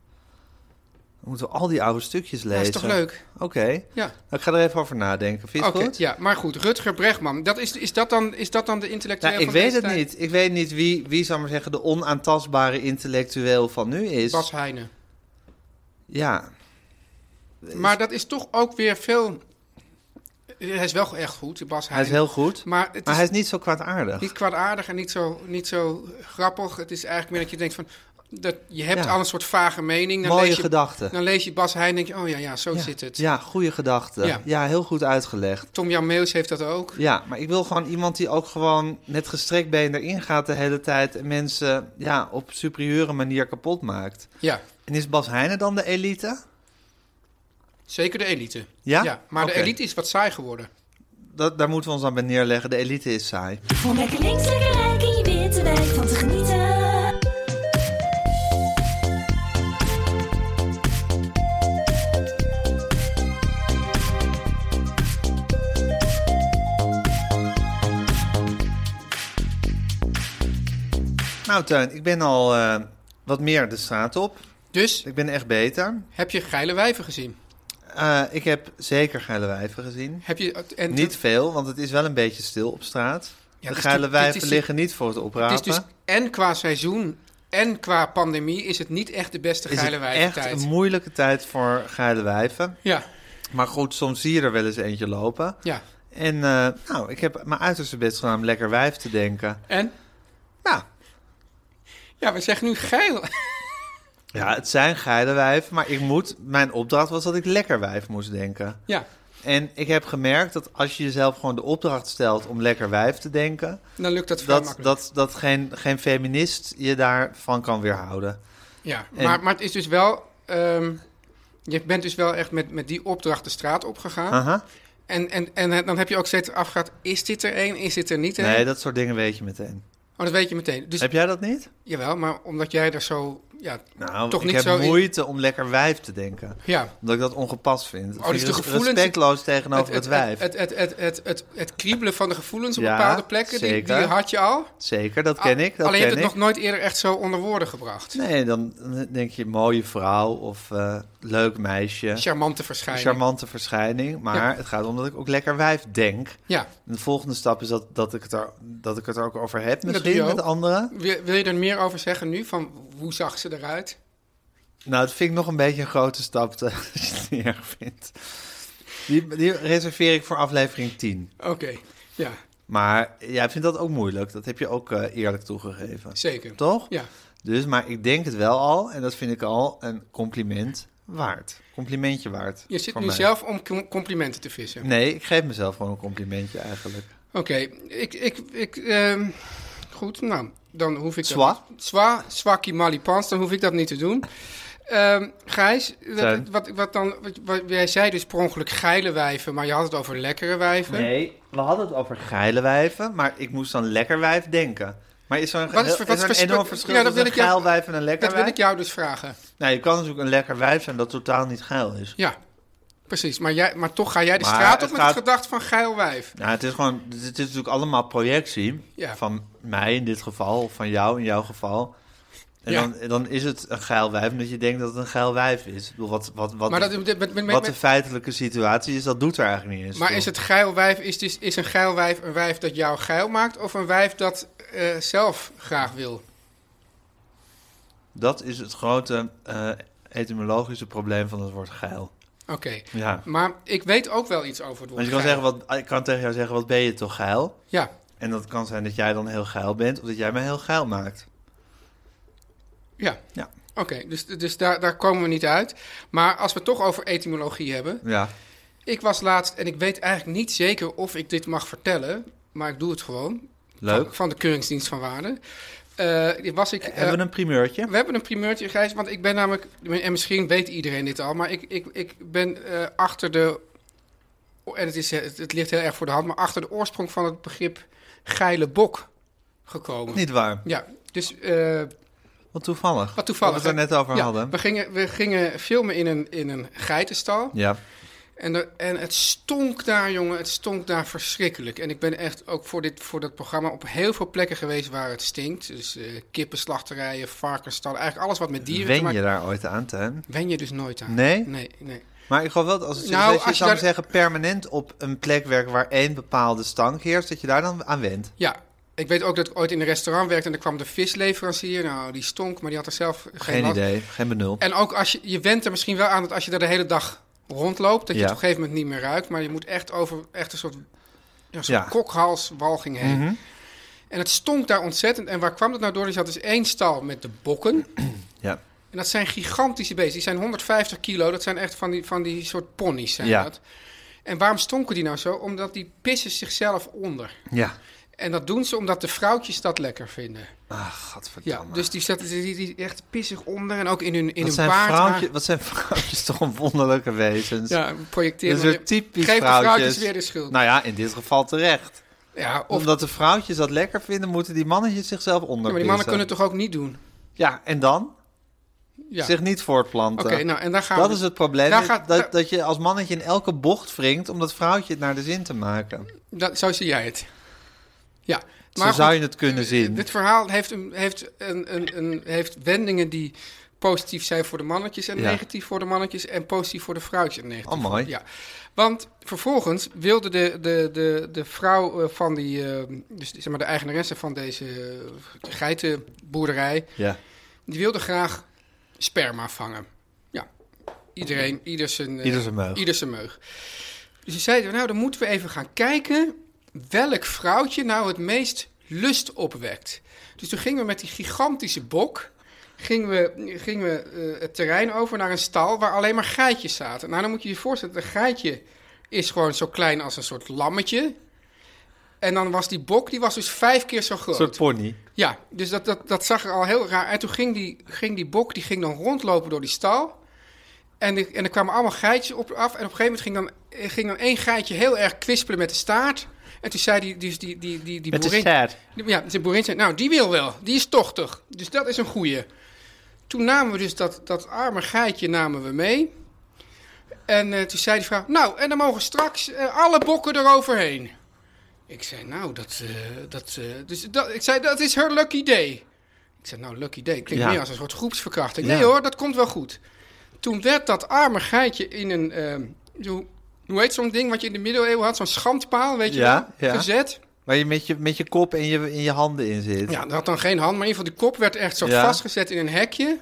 Dan moeten we al die oude stukjes lezen. dat is toch leuk? Oké. Nou, Ja. ik ga er even over nadenken. Vind je Oké, het goed? ja, maar goed. Rutger Bregman. Dat is, is, dat dan, is dat dan de intellectueel Nou, ik van weet deze het tijd? niet. Ik weet niet wie, wie zou maar zeggen, de onaantastbare intellectueel van nu is. Bas Heijnen. Ja. Maar dat is toch ook weer veel... Hij is wel echt goed, Bas Hij is Heijnen. heel goed, Maar het maar is hij is niet zo kwaadaardig. niet kwaadaardig en niet zo, niet zo grappig. Het is eigenlijk meer dat je denkt van... Dat, je hebt Ja. al een soort vage mening. Dan Mooie lees je, gedachten. Dan lees je Bas Heijnen en denk je... Oh ja, ja, zo ja. zit het. Ja, goede gedachten. Ja. Ja. heel goed uitgelegd. Tom-Jan Meus heeft dat ook. Ja, maar ik wil gewoon iemand die ook gewoon met gestrekt been erin gaat de hele tijd... en mensen ja, op superieure manier kapot maakt. Ja, En is Bas Heijnen dan de elite? zeker de elite. Ja? maar Oké. de elite is wat saai geworden. Dat, daar moeten we ons aan bij neerleggen. De elite is saai. Om lekker links, lekker rijk in je witte wijk van te genieten. Nou, Teun, ik ben al uh, wat meer de straat op. Dus Ik ben echt beter. heb je geile wijven gezien? Uh, ik heb zeker geile wijven gezien. Heb je, en, Niet veel, want het is wel een beetje stil op straat. Ja, de dus geile dit- wijven dit is- liggen niet voor het Het oprapen. is dus en qua seizoen en qua pandemie is het niet echt de beste is geile het wijventijd. echt een moeilijke tijd voor geile wijven. Ja, Maar goed, soms zie je er wel eens eentje lopen. ja. En uh, nou, ik heb mijn uiterste best gedaan om lekker wijf te denken. En? Nou, Ja, we zeggen nu geil. ja, het zijn geile wijven, maar ik moet, mijn opdracht was dat ik lekker wijf moest denken. Ja, En ik heb gemerkt dat als je jezelf gewoon de opdracht stelt om lekker wijf te denken, dan lukt dat vrij dat, makkelijk. dat, dat geen, geen feminist je daarvan kan weerhouden. Ja, en- maar, maar het is dus wel... ehm, je bent dus wel echt met, met die opdracht de straat opgegaan. Aha. En, en, en dan heb je ook steeds afgehad, is dit er één, is dit er niet één? Nee, dat soort dingen weet je meteen. Oh, dat weet je meteen. Dus, Heb jij dat niet? jawel, maar omdat jij er zo... Ja, Nou, toch ik niet heb zo in- moeite om lekker wijf te denken. ja. Omdat ik dat ongepast vind. Dat Oh, dus vind de ik gevoelens- respectloos tegenover het, wijf. Het, het, het, het, het, het kriebelen van de gevoelens op Ja, bepaalde plekken, die, zeker. die had je al. Zeker, dat ken ik. Dat Alleen je ken hebt ik. het nog nooit eerder echt zo onder woorden gebracht. Nee, dan denk je mooie vrouw of uh, leuk meisje. Charmante verschijning. Charmante verschijning. Maar Ja. het gaat om dat ik ook lekker wijf denk. Ja. En de volgende stap is dat, dat, ik, het er, dat ik het er ook over heb doe misschien je met ook. anderen. Wil, wil je er meer over zeggen nu? Van hoe zag ze eruit? Nou, dat vind ik nog een beetje een grote stap te, als je het niet erg vindt. Die, die reserveer ik voor aflevering tien. Oké, ja, Maar jij vindt dat ook moeilijk. Dat heb je ook uh, eerlijk toegegeven. zeker. Toch? Ja. Dus, maar ik denk het wel al. En dat vind ik al een compliment waard. Complimentje waard. Je zit van nu mij. zelf om com- complimenten te vissen. Nee, ik geef mezelf gewoon een complimentje eigenlijk. Oké, ik, ik, ik, ehm, goed, nou, dan hoef ik Zwa? dat niet. Zwa, zwakkie malipans, dan hoef ik dat niet te doen. Ehm Gijs, Teun. wat, wat, wat dan, wat, wat- jij zei dus per ongeluk geile wijven, maar je had het over lekkere wijven. Nee, we hadden het over geile wijven. Maar ik moest dan lekker wijf denken. Maar is er een, Wat is- heel- wat is er is een vers- enorm verschil ja, dat tussen wil een ik jou- geil wijf en een lekker Dat wil wijf? ik jou dus vragen. Nou, je kan natuurlijk een lekker wijf zijn dat totaal niet geil is. Ja, precies. Maar, jij, maar toch ga jij de Maar straat het op met gaat- het gedacht van geil wijf. Nou, het is gewoon, het is natuurlijk allemaal projectie Ja. van mij in dit geval, of van jou in jouw geval. En Ja. dan, dan is het een geil wijf, omdat je denkt dat het een geil wijf is. Ik bedoel, wat, wat, wat, Maar, dat, met, met, met, wat de met- feitelijke situatie is, dat doet er eigenlijk niet eens maar toe. is het geil wijf, is, dus, is een geil wijf een wijf dat jou geil maakt... of een wijf dat eh, zelf graag wil? Dat is het grote eh, etymologische probleem van het woord geil. Oké. Ja. Maar ik weet ook wel iets over het woord Want je kan geil. zeggen, wat, ik kan tegen jou zeggen, wat ben je toch geil? Ja, En dat kan zijn dat jij dan heel geil bent, of dat jij me heel geil maakt. ja. Ja. Oké, dus, dus daar, daar komen we niet uit. Maar als we het toch over etymologie hebben... Ja. Ik was laatst, en ik weet eigenlijk niet zeker of ik dit mag vertellen... maar ik doe het gewoon. Leuk. Van, van de Keuringsdienst van Waarde. Eh, was ik, eh, Hebben we een primeurtje? we hebben een primeurtje, Gijs, want ik ben namelijk... en misschien weet iedereen dit al... maar ik, ik, ik ben eh, achter de... en het, is, het, het ligt heel erg voor de hand... maar achter de oorsprong van het begrip geile bok gekomen. Niet waar. Ja, dus... eh, Wat toevallig. wat toevallig. Wat we het er net over ja, hadden. We gingen, we gingen filmen in een, in een geitenstal... Ja. En, er, en het stonk daar, jongen. Het stonk daar verschrikkelijk. En ik ben echt ook voor, dit, voor dat programma op heel veel plekken geweest waar het stinkt. Dus uh, kippenslachterijen, varkensstallen, eigenlijk alles wat met dieren te Wen maken. je daar ooit aan, Teun? Wen je dus nooit aan. Nee? Nee, nee. Maar ik geloof wel dat als het Nou, nou, dat je, als je zou daar- zeggen, permanent op een plek werkt waar één bepaalde stank heerst, dat je daar dan aan went. Ja, ik weet ook dat ik ooit in een restaurant werkte en er kwam de visleverancier. Nou, die stonk, maar die had er zelf geen, Geen last. idee, geen benul. En ook als je, je went er misschien wel aan dat als je daar de hele dag rondloopt, dat je Ja. het op een gegeven moment niet meer ruikt. Maar je moet echt over echt een soort, ja, een soort Ja. kokhalswalging heen. Mhm. En het stonk daar ontzettend. En waar kwam dat nou door? Dus je had dus één stal met de bokken. Ja. En dat zijn gigantische beesten. Die zijn honderdvijftig kilo. Dat zijn echt van die, van die soort ponies zijn Ja. dat. En waarom stonken die nou zo? Omdat die pissen zichzelf onder. Ja. En dat doen ze omdat de vrouwtjes dat lekker vinden. Ah, Ja, godverdamme. dus die, zetten, die, die echt pissig onder. En ook in hun, in wat, hun zijn baard. vrouwtjes, wat zijn vrouwtjes toch een wonderlijke wezens. Ja, projecteren. Dat is weer typisch Geef de vrouwtjes. vrouwtjes weer de schuld. Nou ja, in dit geval terecht. Ja, of, Omdat de vrouwtjes dat lekker vinden, moeten die mannetjes zichzelf ja, onderpissen. maar die mannen kunnen het toch ook niet doen? Ja, en dan? Ja. Zich niet voortplanten. Oké, nou en daar gaan dat we. is het probleem, Daar dat, gaat- dat, daar- dat je als mannetje in elke bocht wringt om dat vrouwtje het naar de zin te maken. Dat, zo zie jij het. Ja. Zo Maar zou goed, je het kunnen zien. Dit verhaal heeft, een, heeft, een, een, een, heeft wendingen die positief zijn voor de mannetjes en Ja. negatief voor de mannetjes en positief voor de vrouwtjes en negatief. Oh, mooi. voor- ja. Want vervolgens wilde de, de, de, de vrouw eh, van die, eh, dus zeg maar de eigenaresse van deze eh, geitenboerderij, Ja. die wilde graag sperma vangen. Ja, iedereen, ieder zijn, eh, Ieder zijn meug. ieder zijn meug. Dus die zeiden, nou dan moeten we even gaan kijken welk vrouwtje nou het meest lust opwekt. Dus toen gingen we met die gigantische bok, gingen we, gingen we eh, het terrein over naar een stal waar alleen maar geitjes zaten. Nou dan moet je je voorstellen, een geitje is gewoon zo klein als een soort lammetje. En dan was die bok, die was dus vijf keer zo Een groot. soort pony. Ja, dus dat, dat, dat zag er al heel raar uit. Toen ging die, ging die bok, die ging dan rondlopen door die stal. En, die, en er kwamen allemaal geitjes op af. En op een gegeven moment ging dan, ging dan één geitje heel erg kwispelen met de staart. En toen zei die, dus die, die, die, die Met de boerin... staart. Ja, de boerin zei, nou, die wil wel. Die is tochtig. Dus dat is een goeie. Toen namen we dus dat, dat arme geitje namen we mee. En uh, toen zei die vrouw, nou, en dan mogen straks uh, alle bokken eroverheen. Ik zei, nou, dat... Uh, dat, uh, dus dat ik zei, dat is her lucky day. Ik zei, nou, lucky day. Klinkt Ja. meer als een soort groepsverkrachting. Ja. Nee hoor, dat komt wel goed. Toen werd dat arme geitje in een... Uh, hoe, hoe heet zo'n ding wat je in de middeleeuwen had? Zo'n schandpaal, weet je Ja, wel? ja. Gezet. Waar je met je, met je kop en je, in je handen in zit. Ja, dat had dan geen hand, maar in ieder geval die kop werd echt zo Ja. vastgezet in een hekje.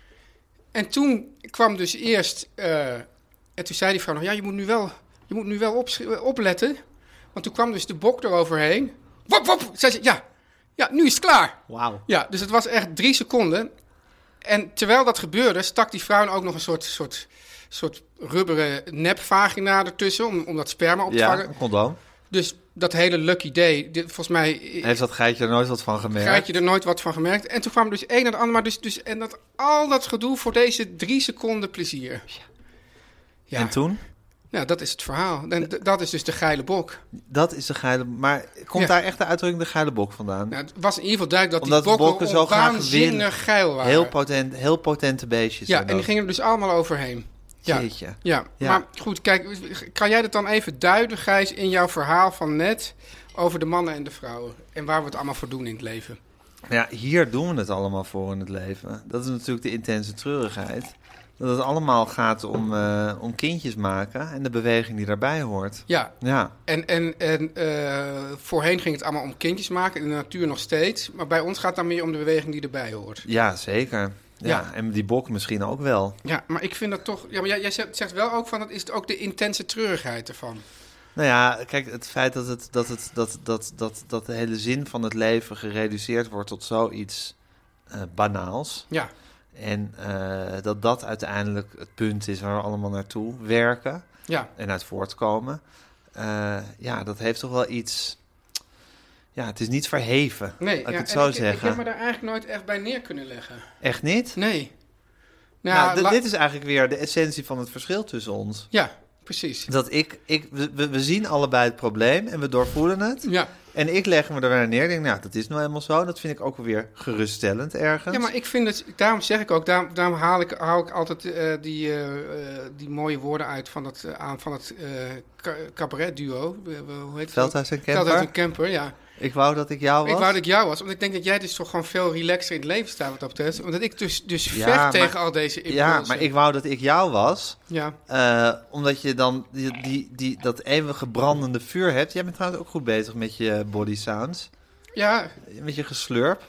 En toen kwam dus eerst... Uh, en toen zei die vrouw nog, ja, je moet nu wel, je moet nu wel op, opletten. Want toen kwam dus de bok eroverheen. Wop, wop, zei ze, ja, ja, nu is het klaar. Wauw. Ja, dus het was echt drie seconden. En terwijl dat gebeurde, stak die vrouw ook nog een soort, soort, soort rubberen nepvagina ertussen... om, om dat sperma op te Ja, vangen. een condoom. Dus dat hele lucky day, dit, volgens mij... Heeft dat geitje er nooit wat van gemerkt? Krijg je er nooit wat van gemerkt. En toen kwam dus een en de ander. Maar dus, dus, en dat, al dat gedoe voor deze drie seconden plezier. Ja. En toen? Ja, dat is het verhaal. En d- dat is dus de geile bok. Dat is de geile... Maar komt Ja. daar echt de uitdrukking de geile bok vandaan? Nou, het was in ieder geval duidelijk dat Omdat die bokken, bokken zo graag waanzinnig winnen. geil waren. Heel, potent, heel potente beestjes. ja, zijn en die dat. gingen er dus allemaal overheen. Ja. Jeetje. Ja. Ja. Maar goed, kijk, kan jij dat dan even duiden, Gijs, in jouw verhaal van net over de mannen en de vrouwen? En waar we het allemaal voor doen in het leven? Ja, hier doen we het allemaal voor in het leven. Dat is natuurlijk de intense treurigheid. Dat het allemaal gaat om, eh, om kindjes maken en de beweging die daarbij hoort. Ja, Ja, en, en, en eh, voorheen ging het allemaal om kindjes maken, in de natuur nog steeds. Maar bij ons gaat het dan meer om de beweging die erbij hoort. ja zeker. Ja, Ja. en die bok misschien ook wel. Ja, maar ik vind dat toch... Ja, maar jij, jij zegt zegt wel ook van, dat is het ook de intense treurigheid ervan. Nou ja, kijk, het feit dat, het, dat, het, dat, dat, dat, dat de hele zin van het leven gereduceerd wordt tot zoiets eh, banaals. Ja, En eh, dat dat uiteindelijk het punt is waar we allemaal naartoe werken ja. en uit voortkomen. Eh, ja, dat heeft toch wel iets... Ja, het is niet verheven, Nee, laat ik ja, het en zo ik, zeggen. ik heb me daar eigenlijk nooit echt bij neer kunnen leggen. Echt niet? Nee. Nou, Nou, d- la- dit is eigenlijk weer de essentie van het verschil tussen ons. Ja, precies. Dat ik, ik we, we- we zien allebei het probleem en we doorvoelen het. Ja. En ik leg me er weer neer. Ik denk, nou, dat is nou helemaal zo. Dat vind ik ook wel weer geruststellend ergens. Ja, maar ik vind het, daarom zeg ik ook, daarom, daarom haal, ik, haal ik altijd eh, die, eh, eh, die mooie woorden uit van het, eh, aan van het eh, ca- cabaret-duo. Eh, hoe heet het? Veldhuis en Kemper. Veldhuis en Kemper, ja. Ik wou dat ik jou was. Ik wou dat ik jou was, omdat ik denk dat jij dus toch gewoon veel relaxer in het leven staat wat dat betreft. Omdat ik dus, dus Ja, vecht maar- tegen al deze impulsen. Ja, maar ik wou dat ik jou was. Ja, eh, omdat je dan die, die, die, dat eeuwige brandende vuur hebt. Jij bent trouwens ook goed bezig met je body sounds. ja, Met je geslurp.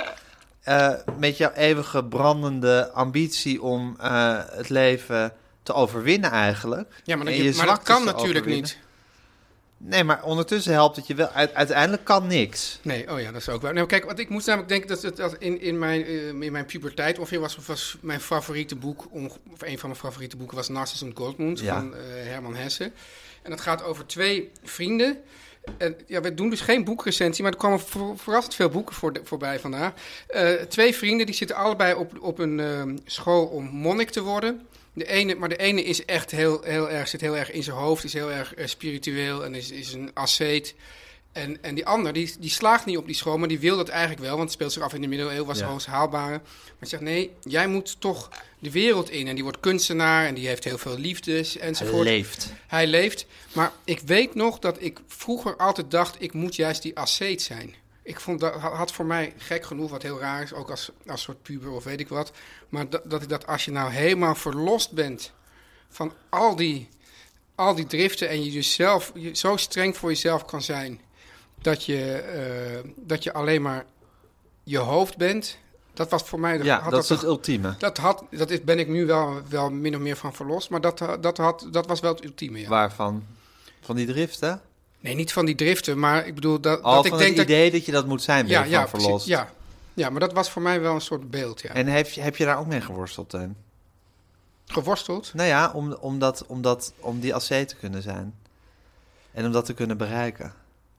Eh, met jouw eeuwige brandende ambitie om eh, het leven te overwinnen eigenlijk. ja maar, dat, En je, je maar dat zwaktes kan te natuurlijk overwinnen. niet. Nee, maar ondertussen helpt het je wel. Uite- Uiteindelijk kan niks. Nee, oh ja, dat is ook waar. Nou, kijk, wat ik moest namelijk denken dat het dat in, in, mijn, eh, in mijn puberteit ongeveer was, was mijn favoriete boek, om, of een van mijn favoriete boeken was Narcissus und Goldmund Ja. van eh, Herman Hesse. En dat gaat over twee vrienden. En ja, we doen dus geen boekrecensie, maar er kwamen ver- verrassend veel boeken voor de- voorbij vandaag. Eh, twee vrienden die zitten allebei op, op een eh, school om monnik te worden. De ene, maar de ene is echt heel, heel erg, zit heel erg in zijn hoofd, is heel erg eh, spiritueel en is, is een asceet. En, en die ander, die, die slaagt niet op die school, maar die wil dat eigenlijk wel, want het speelt zich af in de middeleeuwen, was Ja. de hoogst haalbare. Maar zegt, nee, jij moet toch de wereld in. En die wordt kunstenaar en die heeft heel veel liefdes enzovoort. Leeft. Hij leeft. Maar ik weet nog dat ik vroeger altijd dacht, ik moet juist die asceet zijn. Ik vond dat had voor mij gek genoeg, wat heel raar is, ook als, als soort puber of weet ik wat. Maar dat, dat ik dat als je nou helemaal verlost bent van al die, al die driften en je dus zelf je zo streng voor jezelf kan zijn, dat je, eh, dat je alleen maar je hoofd bent. Dat was voor mij... Ja, had dat is toch- het ultieme. dat had, dat is, ben ik nu wel, wel min of meer van verlost, maar dat, dat, had, dat was wel het ultieme, ja. Waarvan? Van die driften? Nee, niet van die driften, maar ik bedoel dat, Al dat van ik denk het dat... idee dat je dat moet zijn, ben Ja, je ja, van precies, verlost. ja. Ja, maar dat was voor mij wel een soort beeld, ja. En heb je, heb je daar ook mee geworsteld, Teun? Geworsteld? Nou ja, om, om, dat, om, dat, om die ascet te kunnen zijn. En om dat te kunnen bereiken.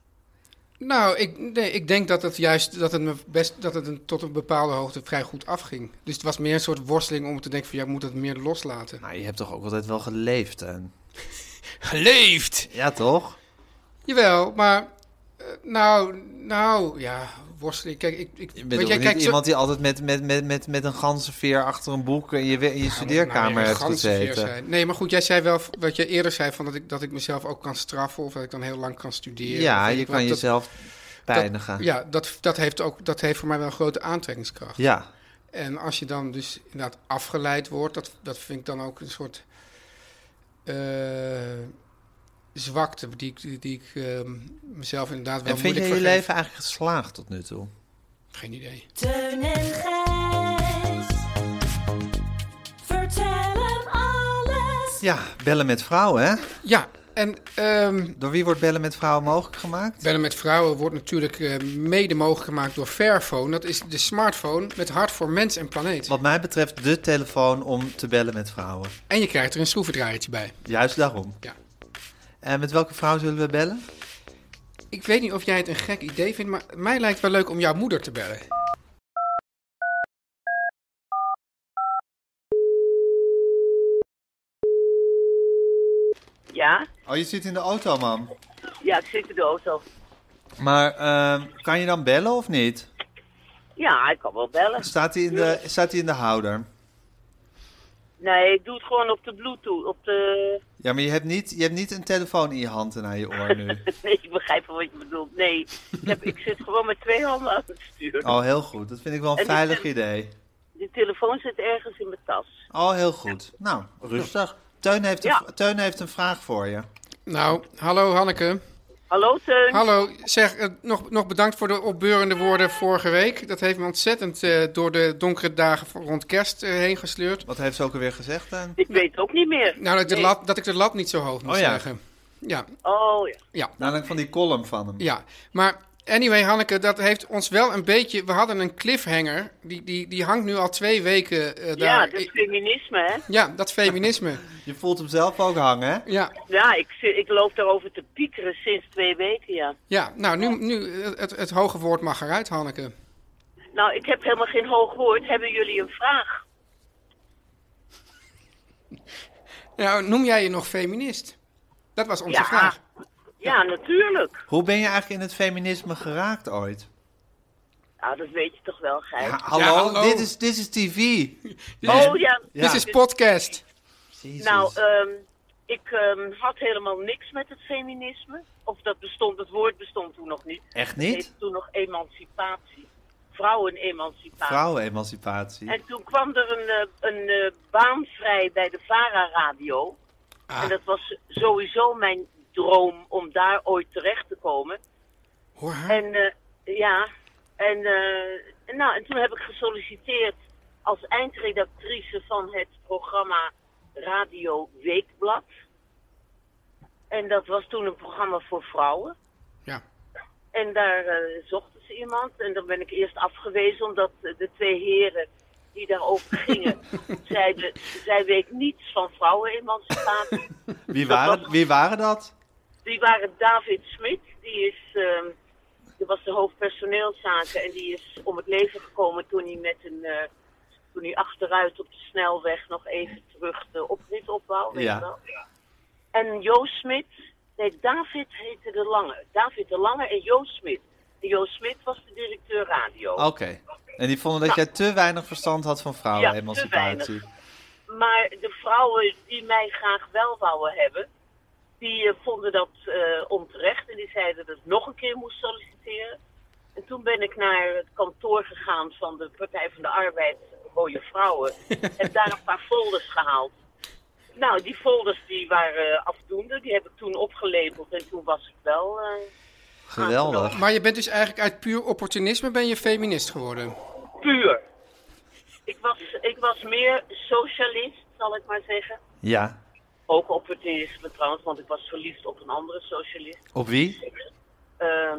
Nou, ik, nee, ik denk dat het juist dat het me best dat het een, tot een bepaalde hoogte vrij goed afging. Dus het was meer een soort worsteling om te denken van ja, ik moet het meer loslaten. Maar je hebt toch ook altijd wel geleefd, Teun? Geleefd! Ja, toch? Jawel, maar eh, nou, nou, ja, worsteling. Kijk, ik, ik Je bent ook niet zo- iemand die altijd met, met, met, met, met een ganzenveer achter een boek in je, in je Nou, studeerkamer nou, hebt een ganzenveer gezeten. zijn. Nee, maar goed, jij zei wel wat je eerder zei van dat ik, dat ik mezelf ook kan straffen of dat ik dan heel lang kan studeren. Ja, of weet je ik kan wat. Dat- jezelf pijnigen. Dat, ja, dat, dat, heeft ook, dat heeft voor mij wel een grote aantrekkingskracht. Ja. En als je dan dus inderdaad afgeleid wordt, dat, dat vind ik dan ook een soort eh, zwakte die, ik- die, die ik eh, mezelf inderdaad wel En vind je moeilijk je vergeef. leven eigenlijk geslaagd tot nu toe? Geen idee. Teun en Gijs. Vertel hem alles. Ja, bellen met vrouwen, hè? Ja, en ehm, Door wie wordt bellen met vrouwen mogelijk gemaakt? bellen met vrouwen wordt natuurlijk eh, mede mogelijk gemaakt door Fairphone. Dat is de smartphone met hart voor mens en planeet. Wat mij betreft de telefoon om te bellen met vrouwen. En je krijgt er een schroevendraaiertje bij. Juist daarom. Ja. En met welke vrouw zullen we bellen? Ik weet niet of jij het een gek idee vindt, maar mij lijkt het wel leuk om jouw moeder te bellen. Ja? Oh, je zit in de auto, man. Ja, ik zit in de auto. Maar ehm, kan je dan bellen of niet? Ja, ik kan wel bellen. Staat hij in de, staat hij in de houder? Nee, ik doe het gewoon op de Bluetooth. Op de... Ja, maar je hebt niet, je hebt niet een telefoon in je hand en naar je oor nu. Nee, ik begrijp wel wat je bedoelt. Nee, ik, heb, ik zit gewoon met twee handen aan het stuur. Oh, heel goed. Dat vind ik wel een En die veilig tel- idee. Die telefoon zit ergens in mijn tas. Oh, heel goed. Nou, rustig. Teun heeft een, Ja. Teun heeft een vraag voor je. Nou, hallo Hanneke. Hallo, Teun. Hallo, zeg, eh, nog, nog bedankt voor de opbeurende woorden vorige week. Dat heeft me ontzettend eh, door de donkere dagen voor- rond kerst eh, heen gesleurd. Wat heeft ze ook alweer gezegd, Teun? Ik weet ook niet meer. Nou, dat ik de, Nee. lat, dat ik de lat niet zo hoog moet Oh ja. leggen. Ja, Oh, ja. ja, Namelijk van die column van hem. ja. Maar anyway, Hanneke, dat heeft ons wel een beetje... We hadden een cliffhanger, die, die, die hangt nu al twee weken eh, Ja, daar. dat is Ik- feminisme, hè? ja, dat feminisme. Je voelt hem zelf ook hangen, hè? Ja, Ja, ik, zit- ik loop daarover te piekeren sinds twee weken, ja. ja. Nou, nu, nu eh, het, het hoge woord mag eruit, Hanneke. Nou, ik heb helemaal geen hoog woord. Hebben jullie een vraag? Nou, noem jij je nog feminist? Dat was onze Ja. vraag. Ja, natuurlijk. Hoe ben je eigenlijk in het feminisme geraakt ooit? Nou, dat weet je toch wel, Gijs? Ja, hallo, hallo. Dit, is, dit is T V. Oh, ja. Dit is podcast. Jezus. Nou, ehm, ik ehm, had helemaal niks met het feminisme. Of dat bestond, het woord bestond toen nog niet. Echt Het niet? heette toen nog emancipatie. Vrouwenemancipatie. Vrouwenemancipatie. En toen kwam er een, eh, een eh, baan vrij bij de VARA-radio. Ah. En dat was sowieso mijn droom om daar ooit terecht te komen. Hoor haar. En eh, ja, en, eh, nou, en toen heb ik gesolliciteerd als eindredactrice van het programma Radio Weekblad. En dat was toen een programma voor vrouwen. Ja. En daar eh, zochten ze iemand. En dan ben ik eerst afgewezen omdat eh, de twee heren die daarover gingen, zeiden, zij weet niets van vrouwenemancipatie. Wie dat waren, was- wie waren dat? Die waren David Smit, die is, ehm, die was de hoofd personeelszaken en die is om het leven gekomen toen hij met een, eh, toen hij achteruit op de snelweg nog even terug de oprit opbouw, weet Ja. je wel. En Joost Smit, nee, David heette de Lange. David de Lange en Joost Smit. En Joost Smit was de directeur radio. Oké. En die vonden dat jij te weinig verstand had van vrouwenemancipatie. Ja, te Maar de vrouwen die mij graag wel wouden hebben, die eh, vonden dat eh, onterecht en die zeiden dat ik nog een keer moest solliciteren. En toen ben ik naar het kantoor gegaan van de Partij van de Arbeid, Mooie Vrouwen, en daar een paar folders gehaald. Nou, die folders die waren afdoende, die heb ik toen opgelabeld en toen was ik wel eh, Geweldig. Maar je bent dus eigenlijk uit puur opportunisme ben je feminist geworden. puur. Ik was, ik was meer socialist, zal ik maar zeggen. Ja. Ook opportunisme trouwens, want ik was verliefd op een andere socialist. Op wie? Ehm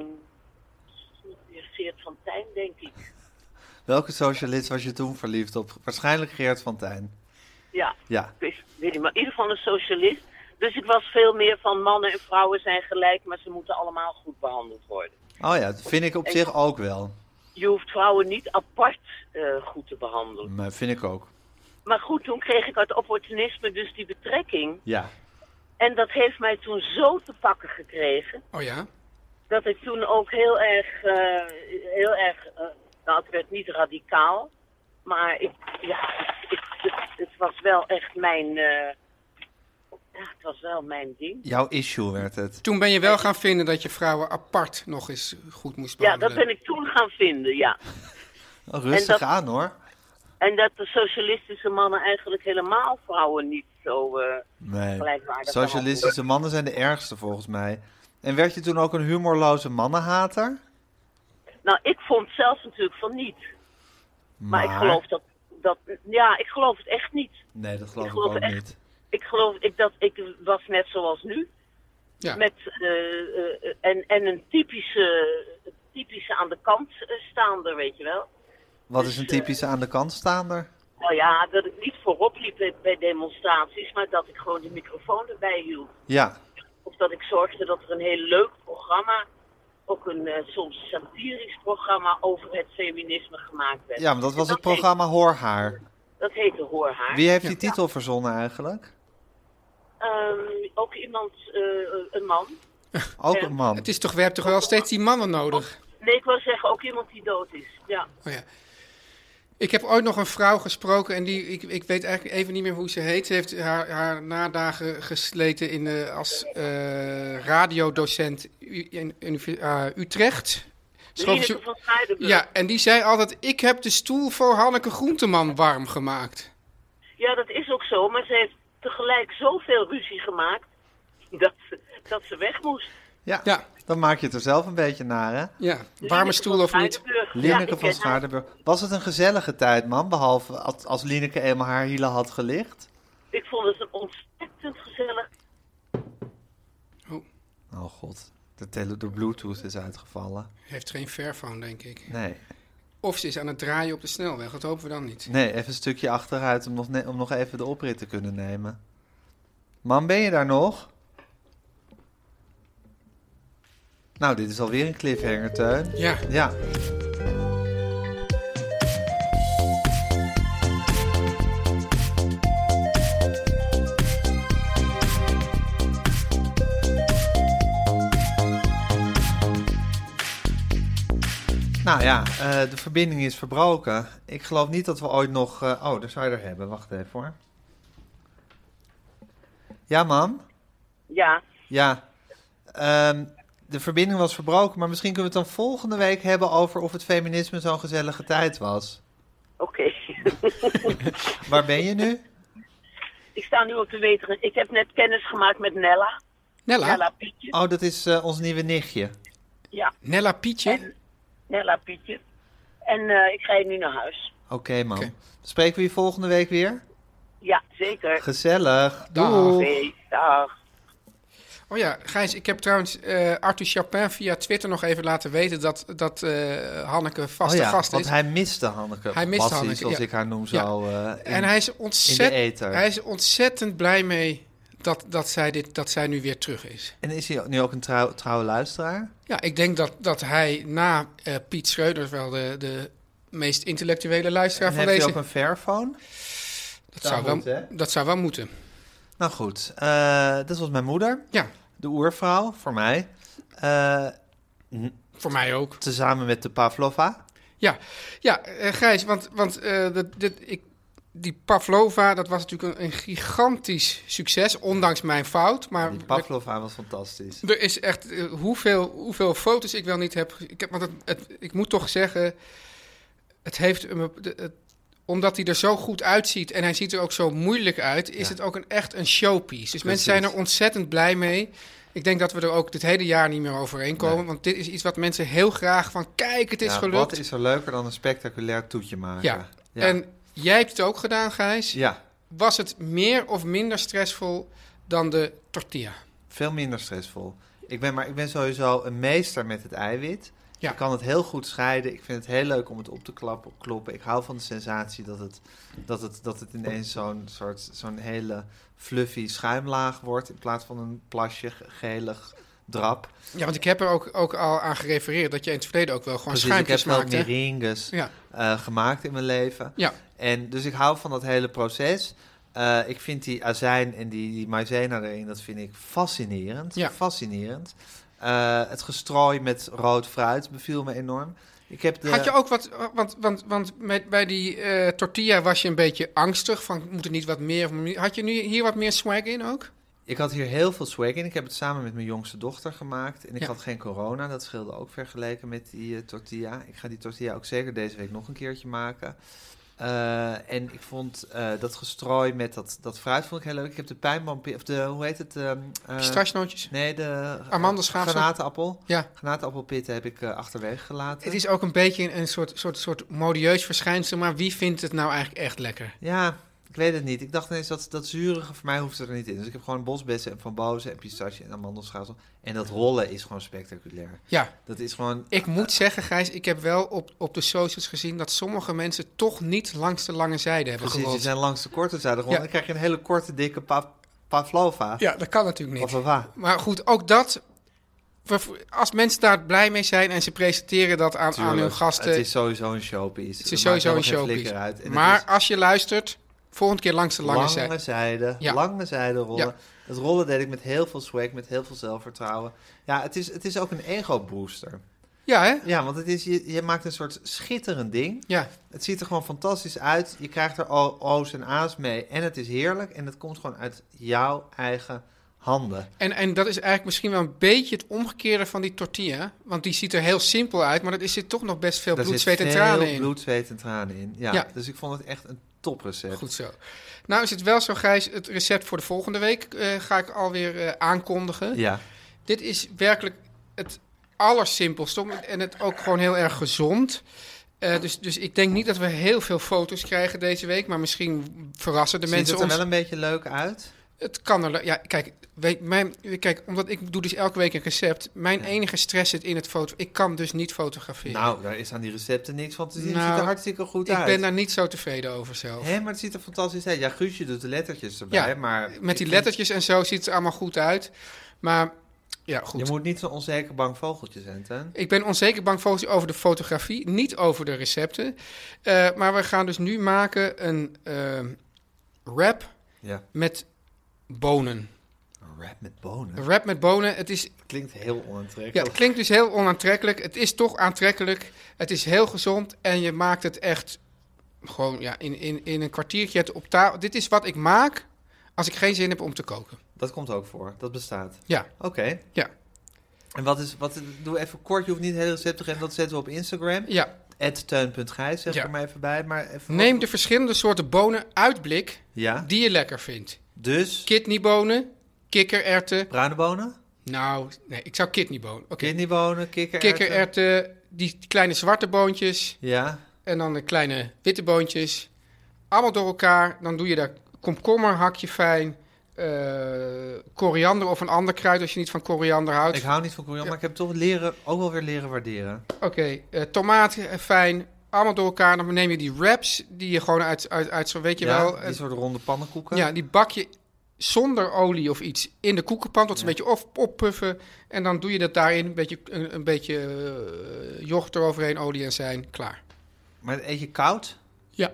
Geert van Tijn, denk ik. Welke socialist was je toen verliefd op? Waarschijnlijk Geert van Tijn. Ja, Ja. ik weet, weet niet, maar in ieder geval een socialist. Dus ik was veel meer van mannen en vrouwen zijn gelijk, maar ze moeten allemaal goed behandeld worden. Oh ja, dat vind ik op En- zich ook wel. Je hoeft vrouwen niet apart eh, goed te behandelen. Maar vind ik ook. Maar goed, toen kreeg ik uit opportunisme dus die betrekking. Ja. En dat heeft mij toen zo te pakken gekregen, Oh ja? dat ik toen ook heel erg, eh, heel erg, eh, nou het werd niet radicaal, maar ik, ja, ik, ik- het, het was wel echt mijn, eh, ja, het was wel mijn ding. Jouw issue werd het. Toen ben je wel gaan vinden dat je vrouwen apart nog eens goed moest Ja, behandelen. dat ben ik toen gaan vinden, ja. Oh, rustig dat- aan hoor. En dat de socialistische mannen eigenlijk helemaal vrouwen niet zo eh, Nee. gelijkwaardig Socialistische mannen zijn de ergste volgens mij. En werd je toen ook een humorloze mannenhater? Nou, ik vond zelf natuurlijk van niet. Maar, ik geloof dat, dat, ja, ik geloof het echt niet. Nee, dat geloof Ik ik, geloof ook echt- niet. Ik geloof ik, dat ik was net zoals nu. Ja. Met, eh, eh, en, en een typische, typische aan de kant eh, staander, weet je wel. Wat is een typische aan de kant staander? Nou ja, dat ik niet voorop liep bij- bij demonstraties, maar dat ik gewoon de microfoon erbij hield. Ja. Of dat ik zorgde dat er een heel leuk programma, ook een eh, soms satirisch programma over het feminisme gemaakt werd. Ja, maar dat was En het programma Hoor Haar. Heet, dat heette Hoor Haar. Wie heeft die titel verzonnen eigenlijk? ehm, ook iemand, eh, een man. Ook Ja. een man. Het is toch, we hebben toch wel steeds die mannen nodig? Nee, ik wil zeggen ook iemand die dood is. Ja. Oh ja. Ik heb ooit nog een vrouw gesproken en die, ik, ik weet eigenlijk even niet meer hoe ze heet. Ze heeft haar, haar nadagen gesleten in, uh, als uh, radiodocent U- in, in uh, Utrecht. Schoof Lineke ze- van Scheidenburg. Ja, en die zei altijd, ik heb de stoel voor Hanneke Groenteman warm gemaakt. Ja, dat is ook zo. Maar ze heeft tegelijk zoveel ruzie gemaakt dat ze, dat ze weg moest. Ja, Ja. dan maak je het er zelf een beetje naar, hè? Ja, warme Lineke stoel van of niet? Scheidenburg. Ja, Linneke ik van ken haar. Schaardenburg. Was het een gezellige tijd, man? Behalve als, als Linneke eenmaal haar hielen had gelicht? Ik vond het een ontzettend gezellig. Oh god, de, tele, de Bluetooth is uitgevallen. Heeft geen Fairphone, denk ik. Nee, Of ze is aan het draaien op de snelweg, dat hopen we dan niet. nee, even een stukje achteruit om nog, ne- om nog even de oprit te kunnen nemen. Man, ben je daar nog? Nou, dit is alweer een cliffhanger, Teun. Ja, Ja. Nou ja, eh, de verbinding is verbroken. Ik geloof niet dat we ooit nog... eh, oh, daar zou je er hebben. Wacht even hoor. Ja, mam? Ja, Ja. Ehm, de verbinding was verbroken, maar misschien kunnen we het dan volgende week hebben over of het feminisme zo'n gezellige tijd was. oké. Waar ben je nu? Ik sta nu op de wetering. Ik heb net kennis gemaakt met Nella. Nella? Nella Pietje. Oh, dat is eh, ons nieuwe nichtje. Ja, Nella Pietje? en Nella Pietje. En eh, ik ga nu naar huis. Oké, man. Oké. Spreken we je volgende week weer? Ja, zeker. Gezellig. Dag. Doei. Oké, dag. Oh ja, Gijs, ik heb trouwens eh, Arthur Chapin via Twitter nog even laten weten dat, dat eh, Hanneke vaste Oh ja, gast want is. hij miste Hanneke. Hij miste Bassie, Hanneke, zoals ja. ik haar noem Ja. zo. eh, in- En hij is, ontzettend, ether. hij is ontzettend blij mee dat, dat, zij dit, dat zij nu weer terug is. En is hij nu ook een trouw, trouwe luisteraar? Ja, ik denk dat, dat hij na eh, Piet Schreuders wel de, de meest intellectuele luisteraar En van heeft deze... hij ook een Fairphone? dat, Dat zou wel, moet, hè? dat zou wel moeten. Nou goed, eh dat was mijn moeder. Ja, De oervrouw, voor mij. Eh, voor mij ook. tezamen met de Pavlova. Ja, ja eh, Gijs, want, want eh, dat, dit, ik, die Pavlova, dat was natuurlijk een, een gigantisch succes, ondanks mijn fout. Maar Die Pavlova was fantastisch. er is echt eh, hoeveel, hoeveel foto's ik wel niet heb. Ik, heb want het, het, ik moet toch zeggen, het heeft een, bep- de- het, omdat hij er zo goed uitziet en hij ziet er ook zo moeilijk uit, is Ja. het ook een, echt een showpiece. Dus mensen Precies. zijn er ontzettend blij mee. Ik denk dat we er ook dit hele jaar niet meer overheen komen. Nee. Want dit is iets wat mensen heel graag van, kijk, het is Ja, gelukt. wat is er leuker dan een spectaculair toetje maken? Ja. Ja. En jij hebt het ook gedaan, Gijs. Ja, Was het meer of minder stressvol dan de tortilla? veel minder stressvol. Ik ben, maar ik ben sowieso een meester met het eiwit. Ja. Ik kan het heel goed scheiden. Ik vind het heel leuk om het op te klappen, kloppen. Ik hou van de sensatie dat het, dat het, dat het ineens zo'n soort zo'n hele fluffy schuimlaag wordt in plaats van een plasje gelig drap. Ja, want ik heb er ook, ook al aan gerefereerd dat je in het verleden ook wel gewoon Precies, ik schuimpjes heb wel maakte. meringues Ja, eh, gemaakt in mijn leven. ja. En dus ik hou van dat hele proces. Eh, ik vind die azijn en die, die maïzena erin, dat vind ik fascinerend. Ja. Fascinerend. Eh, het gestrooi met rood fruit beviel me enorm. Ik heb de... Had je ook wat, want, want, want met, bij die eh, tortilla was je een beetje angstig van moet er niet wat meer of meer. Had je nu hier wat meer swag in ook? Ik had hier heel veel swag in. Ik heb het samen met mijn jongste dochter gemaakt. En ik Ja. had geen corona. Dat scheelde ook vergeleken met die eh, tortilla. Ik ga die tortilla ook zeker deze week nog een keertje maken. Eh, en ik vond eh, dat gestrooi met dat, dat fruit vond ik heel leuk. Ik heb de pijnboom... Of de, hoe heet het? ehm, eh, Pistachenootjes? Nee, de... Amandelschaafsel? Granaatappel. Ja. Granaatappelpitten heb ik eh, achterwege gelaten. Het is ook een beetje een, een soort, soort, soort modieus verschijnsel, maar wie vindt het nou eigenlijk echt lekker? Ja, ik weet het niet. Ik dacht ineens dat dat zurige voor mij hoeft er niet in. Dus ik heb gewoon bosbessen en frambozen en pistache en amandelschaafsel. En dat rollen is gewoon spectaculair. Ja, Dat is gewoon... ik moet zeggen, Gijs, ik heb wel op, op de socials gezien dat sommige mensen toch niet langs de lange zijde hebben Precies, die gerold. zijn langs de korte zijde gewoon. Ja. Dan krijg je een hele korte, dikke pa Pavlova. Ja, dat kan natuurlijk niet. Pavlova. Maar goed, ook dat, we- als mensen daar blij mee zijn en ze presenteren dat aan, aan hun Tuurlijk. gasten, Het is sowieso een showpiece. het is sowieso een showpiece. Uit. En Maar het is- als je luistert, Volgende keer langs de lange, Lange zij. zijde, Ja. lange zijde rollen. Ja. Het rollen deed ik met heel veel swag, met heel veel zelfvertrouwen. Ja, het is, het is ook een ego-booster. Ja, hè? Ja, want het is, je, je maakt een soort schitterend ding. Ja. Het ziet er gewoon fantastisch uit. Je krijgt er O- O's en A's mee. En het is heerlijk. En het komt gewoon uit jouw eigen handen. En, en dat is eigenlijk misschien wel een beetje het omgekeerde van die tortilla. Want die ziet er heel simpel uit, maar er zit toch nog best veel Daar bloed, zit zweet en veel tranen in. bloed, zweet en tranen in. Ja, Ja. dus ik vond het echt een toprecept. Goed zo. Nou is het wel zo, Gijs, het recept voor de volgende week eh, ga ik alweer eh, aankondigen. Ja. Dit is werkelijk het allersimpelste om- en het ook gewoon heel erg gezond. Eh, dus, dus ik denk niet dat we heel veel foto's krijgen deze week, maar misschien verrassen de Ziet mensen het er ons. wel een beetje leuk uit? Het kan er... le- Ja, kijk, weet, mijn, kijk, omdat ik doe dus elke week een recept. Mijn enige stress zit in het foto. Ik kan dus niet fotograferen. Nou, daar is aan die recepten niks van te zien. het Nou, ziet er hartstikke goed ik uit. ben daar niet zo tevreden over zelf. Hé, maar het ziet er fantastisch uit. Ja, Guusje doet de lettertjes erbij, Ja, maar... Met ik die vind- lettertjes en zo ziet het er allemaal goed uit. Maar ja, goed. Je moet niet zo'n onzeker bang vogeltje zijn, Teun. Ik ben onzeker bang focus over de fotografie, niet over de recepten. Eh, maar we gaan dus nu maken een eh, wrap Ja. met bonen. Een wrap met bonen. Een wrap met bonen. Het is Klinkt heel Ja, onaantrekkelijk. het klinkt dus heel onaantrekkelijk. Het is toch aantrekkelijk. Het is heel gezond. En je maakt het echt gewoon ja, in, in, in een kwartiertje het op tafel. Dit is wat ik maak als ik geen zin heb om te koken. Dat komt ook voor. Dat bestaat. Ja, Oké. ja, En wat is... Wat, doe even kort. Je hoeft niet het hele recept te geven. Dat zetten we op Instagram. ja. at teun punt gijs, zeg Ja. er maar even bij. Maar even Neem wat- de verschillende soorten bonen uit blik Ja. die je lekker vindt. Dus... Kidneybonen, kikkererwten. Bruine bonen? Nou, nee, ik zou kidneybonen. Oké. Kidneybonen, kikkererwten? Kikkererwten, die kleine zwarte boontjes Ja. en dan de kleine witte boontjes. Allemaal door elkaar. Dan doe je daar komkommer, hak je fijn. eh, koriander of een ander kruid als je niet van koriander houdt. Ik hou niet van koriander, maar ik heb toch leren, ook wel weer leren waarderen. Oké, eh, tomaten eh, fijn. Allemaal door elkaar. Dan neem je die wraps die je gewoon uit, uit, uit zo weet je Ja, wel. die eh, soort ronde pannenkoeken. ja, die bak je zonder olie of iets in de koekenpan tot ze Ja. een beetje op, oppuffen. En dan doe je dat daarin. Een beetje, een, een beetje eh, yoghurt eroverheen, olie en zijn. Klaar. Maar eet je koud? Ja.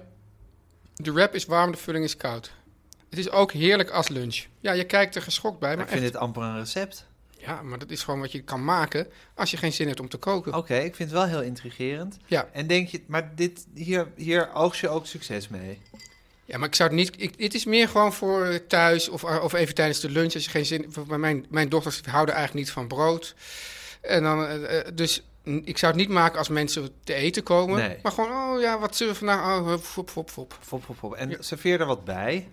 De wrap is warm, de vulling is koud. Het is ook heerlijk als lunch. Ja, je kijkt er geschokt bij, maar ik vind echt- dit amper een recept. Ja, maar dat is gewoon wat je kan maken als je geen zin hebt om te koken. Oké, ik vind het wel heel intrigerend. Ja. En denk je, maar dit, hier, hier oogst je ook succes mee? Ja, maar ik zou het niet... Ik, dit is meer gewoon voor eh, thuis of, of even tijdens de lunch als je geen zin... voor- Mijn, mijn dochters houden eigenlijk niet van brood. En dan, eh, eh, dus n- ik zou het niet maken als mensen te eten komen. Nee. Maar gewoon, oh ja, wat zullen we vandaag... Oh, fop, fop, fop. Fop, fop, fop. En Ja. serveer er wat bij.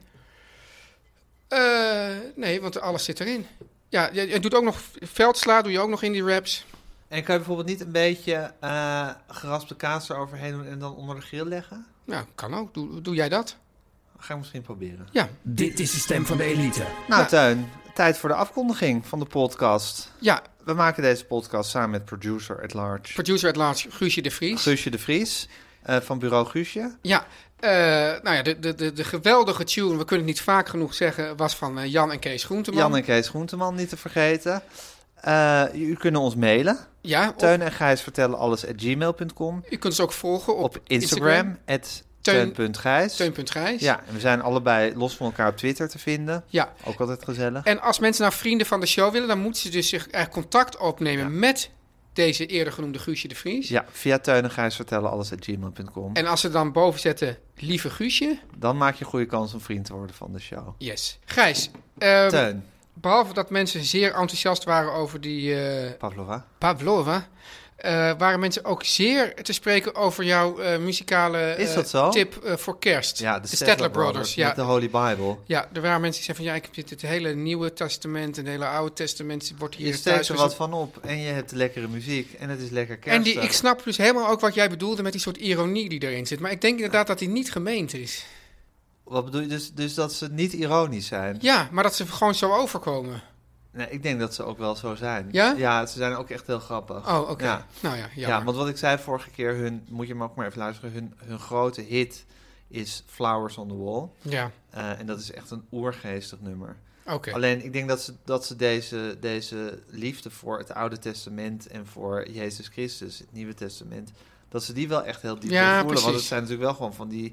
Eh, nee, want alles zit erin. Ja, je, je doet ook nog veldsla, doe je ook nog in die wraps. En kan je bijvoorbeeld niet een beetje eh geraspte kaas eroverheen doen en dan onder de grill leggen? Ja, kan ook. Doe, doe jij dat? Ga ik misschien proberen. Ja, Dit is de stem van de elite. Nou, Ja. Teun, tijd voor de afkondiging van de podcast. ja. We maken deze podcast samen met producer at large Producer at large, Guusje de Vries. Guusje de Vries eh, van bureau Guusje. Ja, eh, nou ja, de, de, de, de geweldige tune, we kunnen het niet vaak genoeg zeggen, was van eh, Jan en Kees Groenteman. Jan en Kees Groenteman, niet te vergeten. Uh, u kunt ons mailen. Ja, op- Teun en Gijs vertellen alles at gmail punt com. u kunt ons ook volgen op, Op Instagram, at teun punt gijs. Teun punt Gijs. Ja, en we zijn allebei los van elkaar op Twitter te vinden. Ja. Ook altijd gezellig. En als mensen nou vrienden van de show willen, dan moeten ze dus zich er contact opnemen met deze eerder genoemde Guusje de Vries. Ja, via Teun en Gijs vertellen alles at gmail punt com. En als ze dan boven zetten, lieve Guusje, Dan maak je goede kans om vriend te worden van de show. yes. Gijs, ehm, Teun, behalve dat mensen zeer enthousiast waren over die eh, Pavlova. Pavlova, eh, waren mensen ook zeer te spreken over jouw eh, muzikale Is eh, dat zo? tip eh, voor kerst. Ja, de, de Statler Brothers. Ja. Met de Holy Bible. Ja, er waren mensen die zeiden van ja, ik heb dit het hele Nieuwe Testament en het hele Oude Testament wordt hier Je thuis steekt er wat gezocht. van op en je hebt lekkere muziek en het is lekker kerstig. En die, ik snap dus helemaal ook wat jij bedoelde met die soort ironie die erin zit. Maar ik denk inderdaad dat die niet gemeend is. Wat bedoel je? Dus, dus dat ze niet ironisch zijn? Ja, maar dat ze gewoon zo overkomen. Nee, ik denk dat ze ook wel zo zijn. Ja? Ja, ze zijn ook echt heel grappig. Oh, oké. Ja. Nou ja, jammer. Ja, want wat ik zei vorige keer, hun, moet je me ook maar even luisteren, hun, hun grote hit is Flowers on the Wall. Ja, Uh, en dat is echt een oergeestig nummer. oké. Alleen, ik denk dat ze, dat ze deze, deze liefde voor het Oude Testament en voor Jezus Christus, het Nieuwe Testament, dat ze die wel echt heel diep Ja, voelen. Want het precies. zijn natuurlijk wel gewoon van die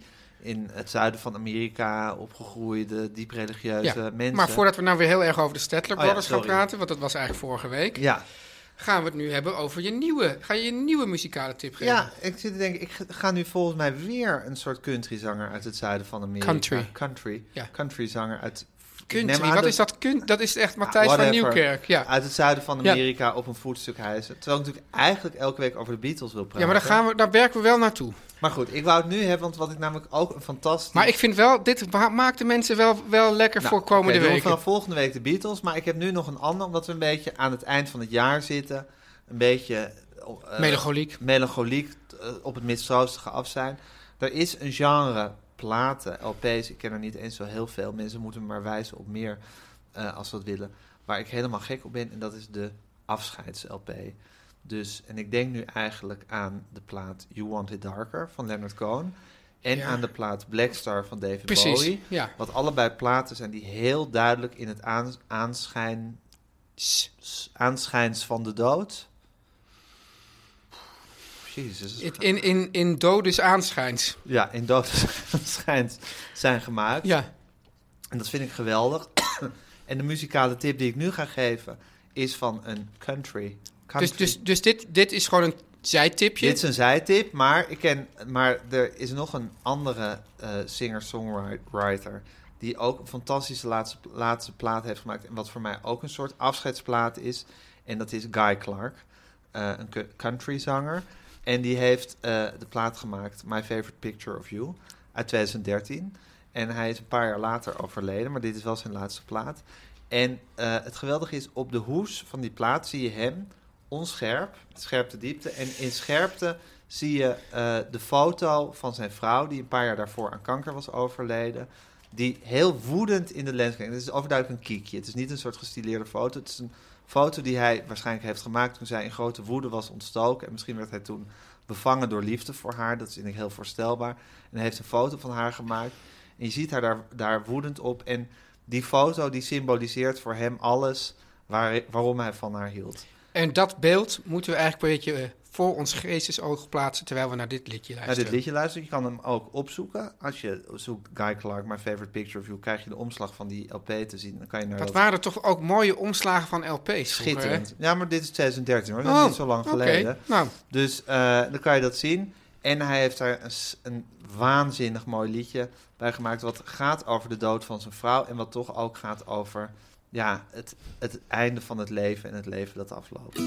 in het zuiden van Amerika opgegroeide, diep religieuze Ja, mensen. maar voordat we nou weer heel erg over de Statler Oh ja, Brothers gaan sorry. praten, want dat was eigenlijk vorige week, Ja, gaan we het nu hebben over je nieuwe. Ga je je nieuwe muzikale tip geven? ja, ik zit te denken, ik ga nu volgens mij weer een soort countryzanger uit het zuiden van Amerika. Country. Country. Ja. Countryzanger uit... ik neem Country, aan wat is dat? Kun- dat is echt Matthijs Ah, van whatever. Nieuwkerk. Ja. Uit het zuiden van Ja. Amerika op een voetstuk hijsen. Terwijl ik natuurlijk eigenlijk elke week over de Beatles wil praten. ja, maar daar, gaan we, daar werken we wel naartoe. Maar goed, ik wou het nu hebben, want wat ik namelijk ook een fantastisch... Maar ik vind wel, dit ma- maakt de mensen wel, wel lekker Nou, voor komende oké, doen we weken. vanaf volgende week de Beatles. Maar ik heb nu nog een ander, omdat we een beetje aan het eind van het jaar zitten. Een beetje... eh, Melancholiek. Melancholiek, eh, op het mistroostige af zijn. Er is een genre platen, L P's. Ik ken er niet eens zo heel veel. Mensen moeten me maar wijzen op meer uh, als ze dat willen. Waar ik helemaal gek op ben. En dat is de afscheids-L P. Dus, en ik denk nu eigenlijk aan de plaat You Want It Darker van Leonard Cohen. En Ja. aan de plaat Black Star van David Precies, Bowie. ja. Wat allebei platen zijn die heel duidelijk in het aans- aanschijn, s- aanschijns van de dood. Jezus. In, in, in, in dodus aanschijns. Ja, in dood aanschijns zijn gemaakt. Ja. En dat vind ik geweldig. En de muzikale tip die ik nu ga geven is van een country. country. Dus, dus, dus dit, dit is gewoon een zijtipje. Dit is een zijtip, maar, ik ken, maar er is nog een andere uh, singer-songwriter die ook een fantastische laatste, laatste plaat heeft gemaakt. En wat voor mij ook een soort afscheidsplaat is. En dat is Guy Clark, uh, een cu- countryzanger. En die heeft uh, de plaat gemaakt My Favorite Picture of You uit twintig dertien. En hij is een paar jaar later overleden, maar dit is wel zijn laatste plaat. En uh, het geweldige is, op de hoes van die plaat zie je hem onscherp, scherpte diepte. En in scherpte zie je uh, de foto van zijn vrouw, die een paar jaar daarvoor aan kanker was overleden. Die heel woedend in de lens kijkt. Het is overduidelijk een kiekje. Het is niet een soort gestileerde foto. Het is een foto die hij waarschijnlijk heeft gemaakt toen zij in grote woede was ontstoken. En misschien werd hij toen bevangen door liefde voor haar. Dat is denk ik heel voorstelbaar. En hij heeft een foto van haar gemaakt. En je ziet haar daar, daar woedend op. En die foto die symboliseert voor hem alles waar, waarom hij van haar hield. En dat beeld moeten we eigenlijk een beetje uh, voor ons geestesoog plaatsen terwijl we naar dit liedje Naar luisteren. dit liedje luisteren. Je kan hem ook opzoeken. Als je zoekt Guy Clark, My Favorite Picture of You, krijg je de omslag van die L P te zien. Dan kan je naar Wat dat... waren toch ook mooie omslagen van L P's vroeger, hè? Schitterend. Ja, maar dit is twintig dertien hoor. Dat is Oh, niet zo lang oké. geleden. Nou, Dus uh, dan kan je dat zien. En hij heeft daar een, s- een waanzinnig mooi liedje bij gemaakt. Wat gaat over de dood van zijn vrouw. En wat toch ook gaat over ja, het, het einde van het leven en het leven dat afloopt.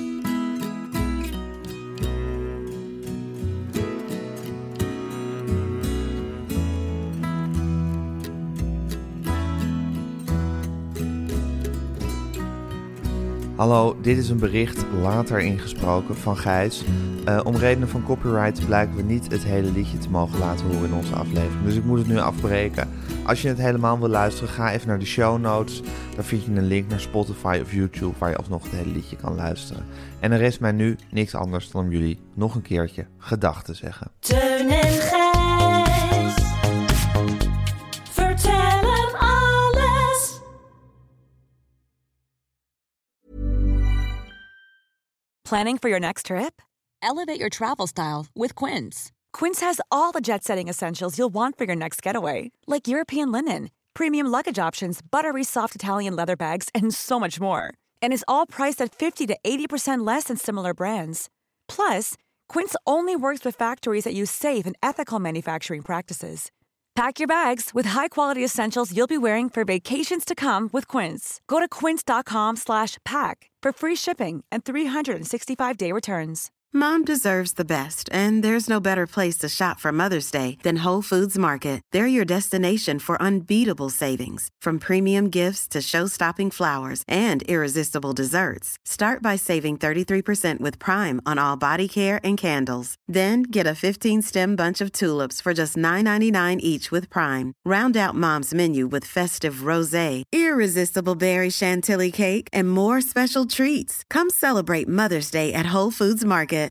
Hallo, dit is een bericht later ingesproken van Gijs. Uh, om redenen van copyright blijken we niet het hele liedje te mogen laten horen in onze aflevering. Dus ik moet het nu afbreken. Als je het helemaal wil luisteren, ga even naar de show notes. Daar vind je een link naar Spotify of YouTube waar je alsnog het hele liedje kan luisteren. En er rest mij nu niks anders dan om jullie nog een keertje gedag te zeggen. Teun en Gijs. Vertel hem alles. Planning for your next trip? Elevate your travel style with Quince. Quince has all the jet-setting essentials you'll want for your next getaway, like European linen, premium luggage options, buttery soft Italian leather bags, and so much more. And is all priced at fifty to eighty percent less than similar brands. Plus, Quince only works with factories that use safe and ethical manufacturing practices. Pack your bags with high-quality essentials you'll be wearing for vacations to come with Quince. Go to quince.com slash pack for free shipping and three sixty-five day returns. Mom deserves the best, and there's no better place to shop for Mother's Day than Whole Foods Market. They're your destination for unbeatable savings, from premium gifts to show-stopping flowers and irresistible desserts. Start by saving thirty-three percent with Prime on all body care and candles. Then get a fifteen-stem bunch of tulips for just nine ninety-nine each with Prime. Round out Mom's menu with festive rosé, irresistible berry chantilly cake, and more special treats. Come celebrate Mother's Day at Whole Foods Market.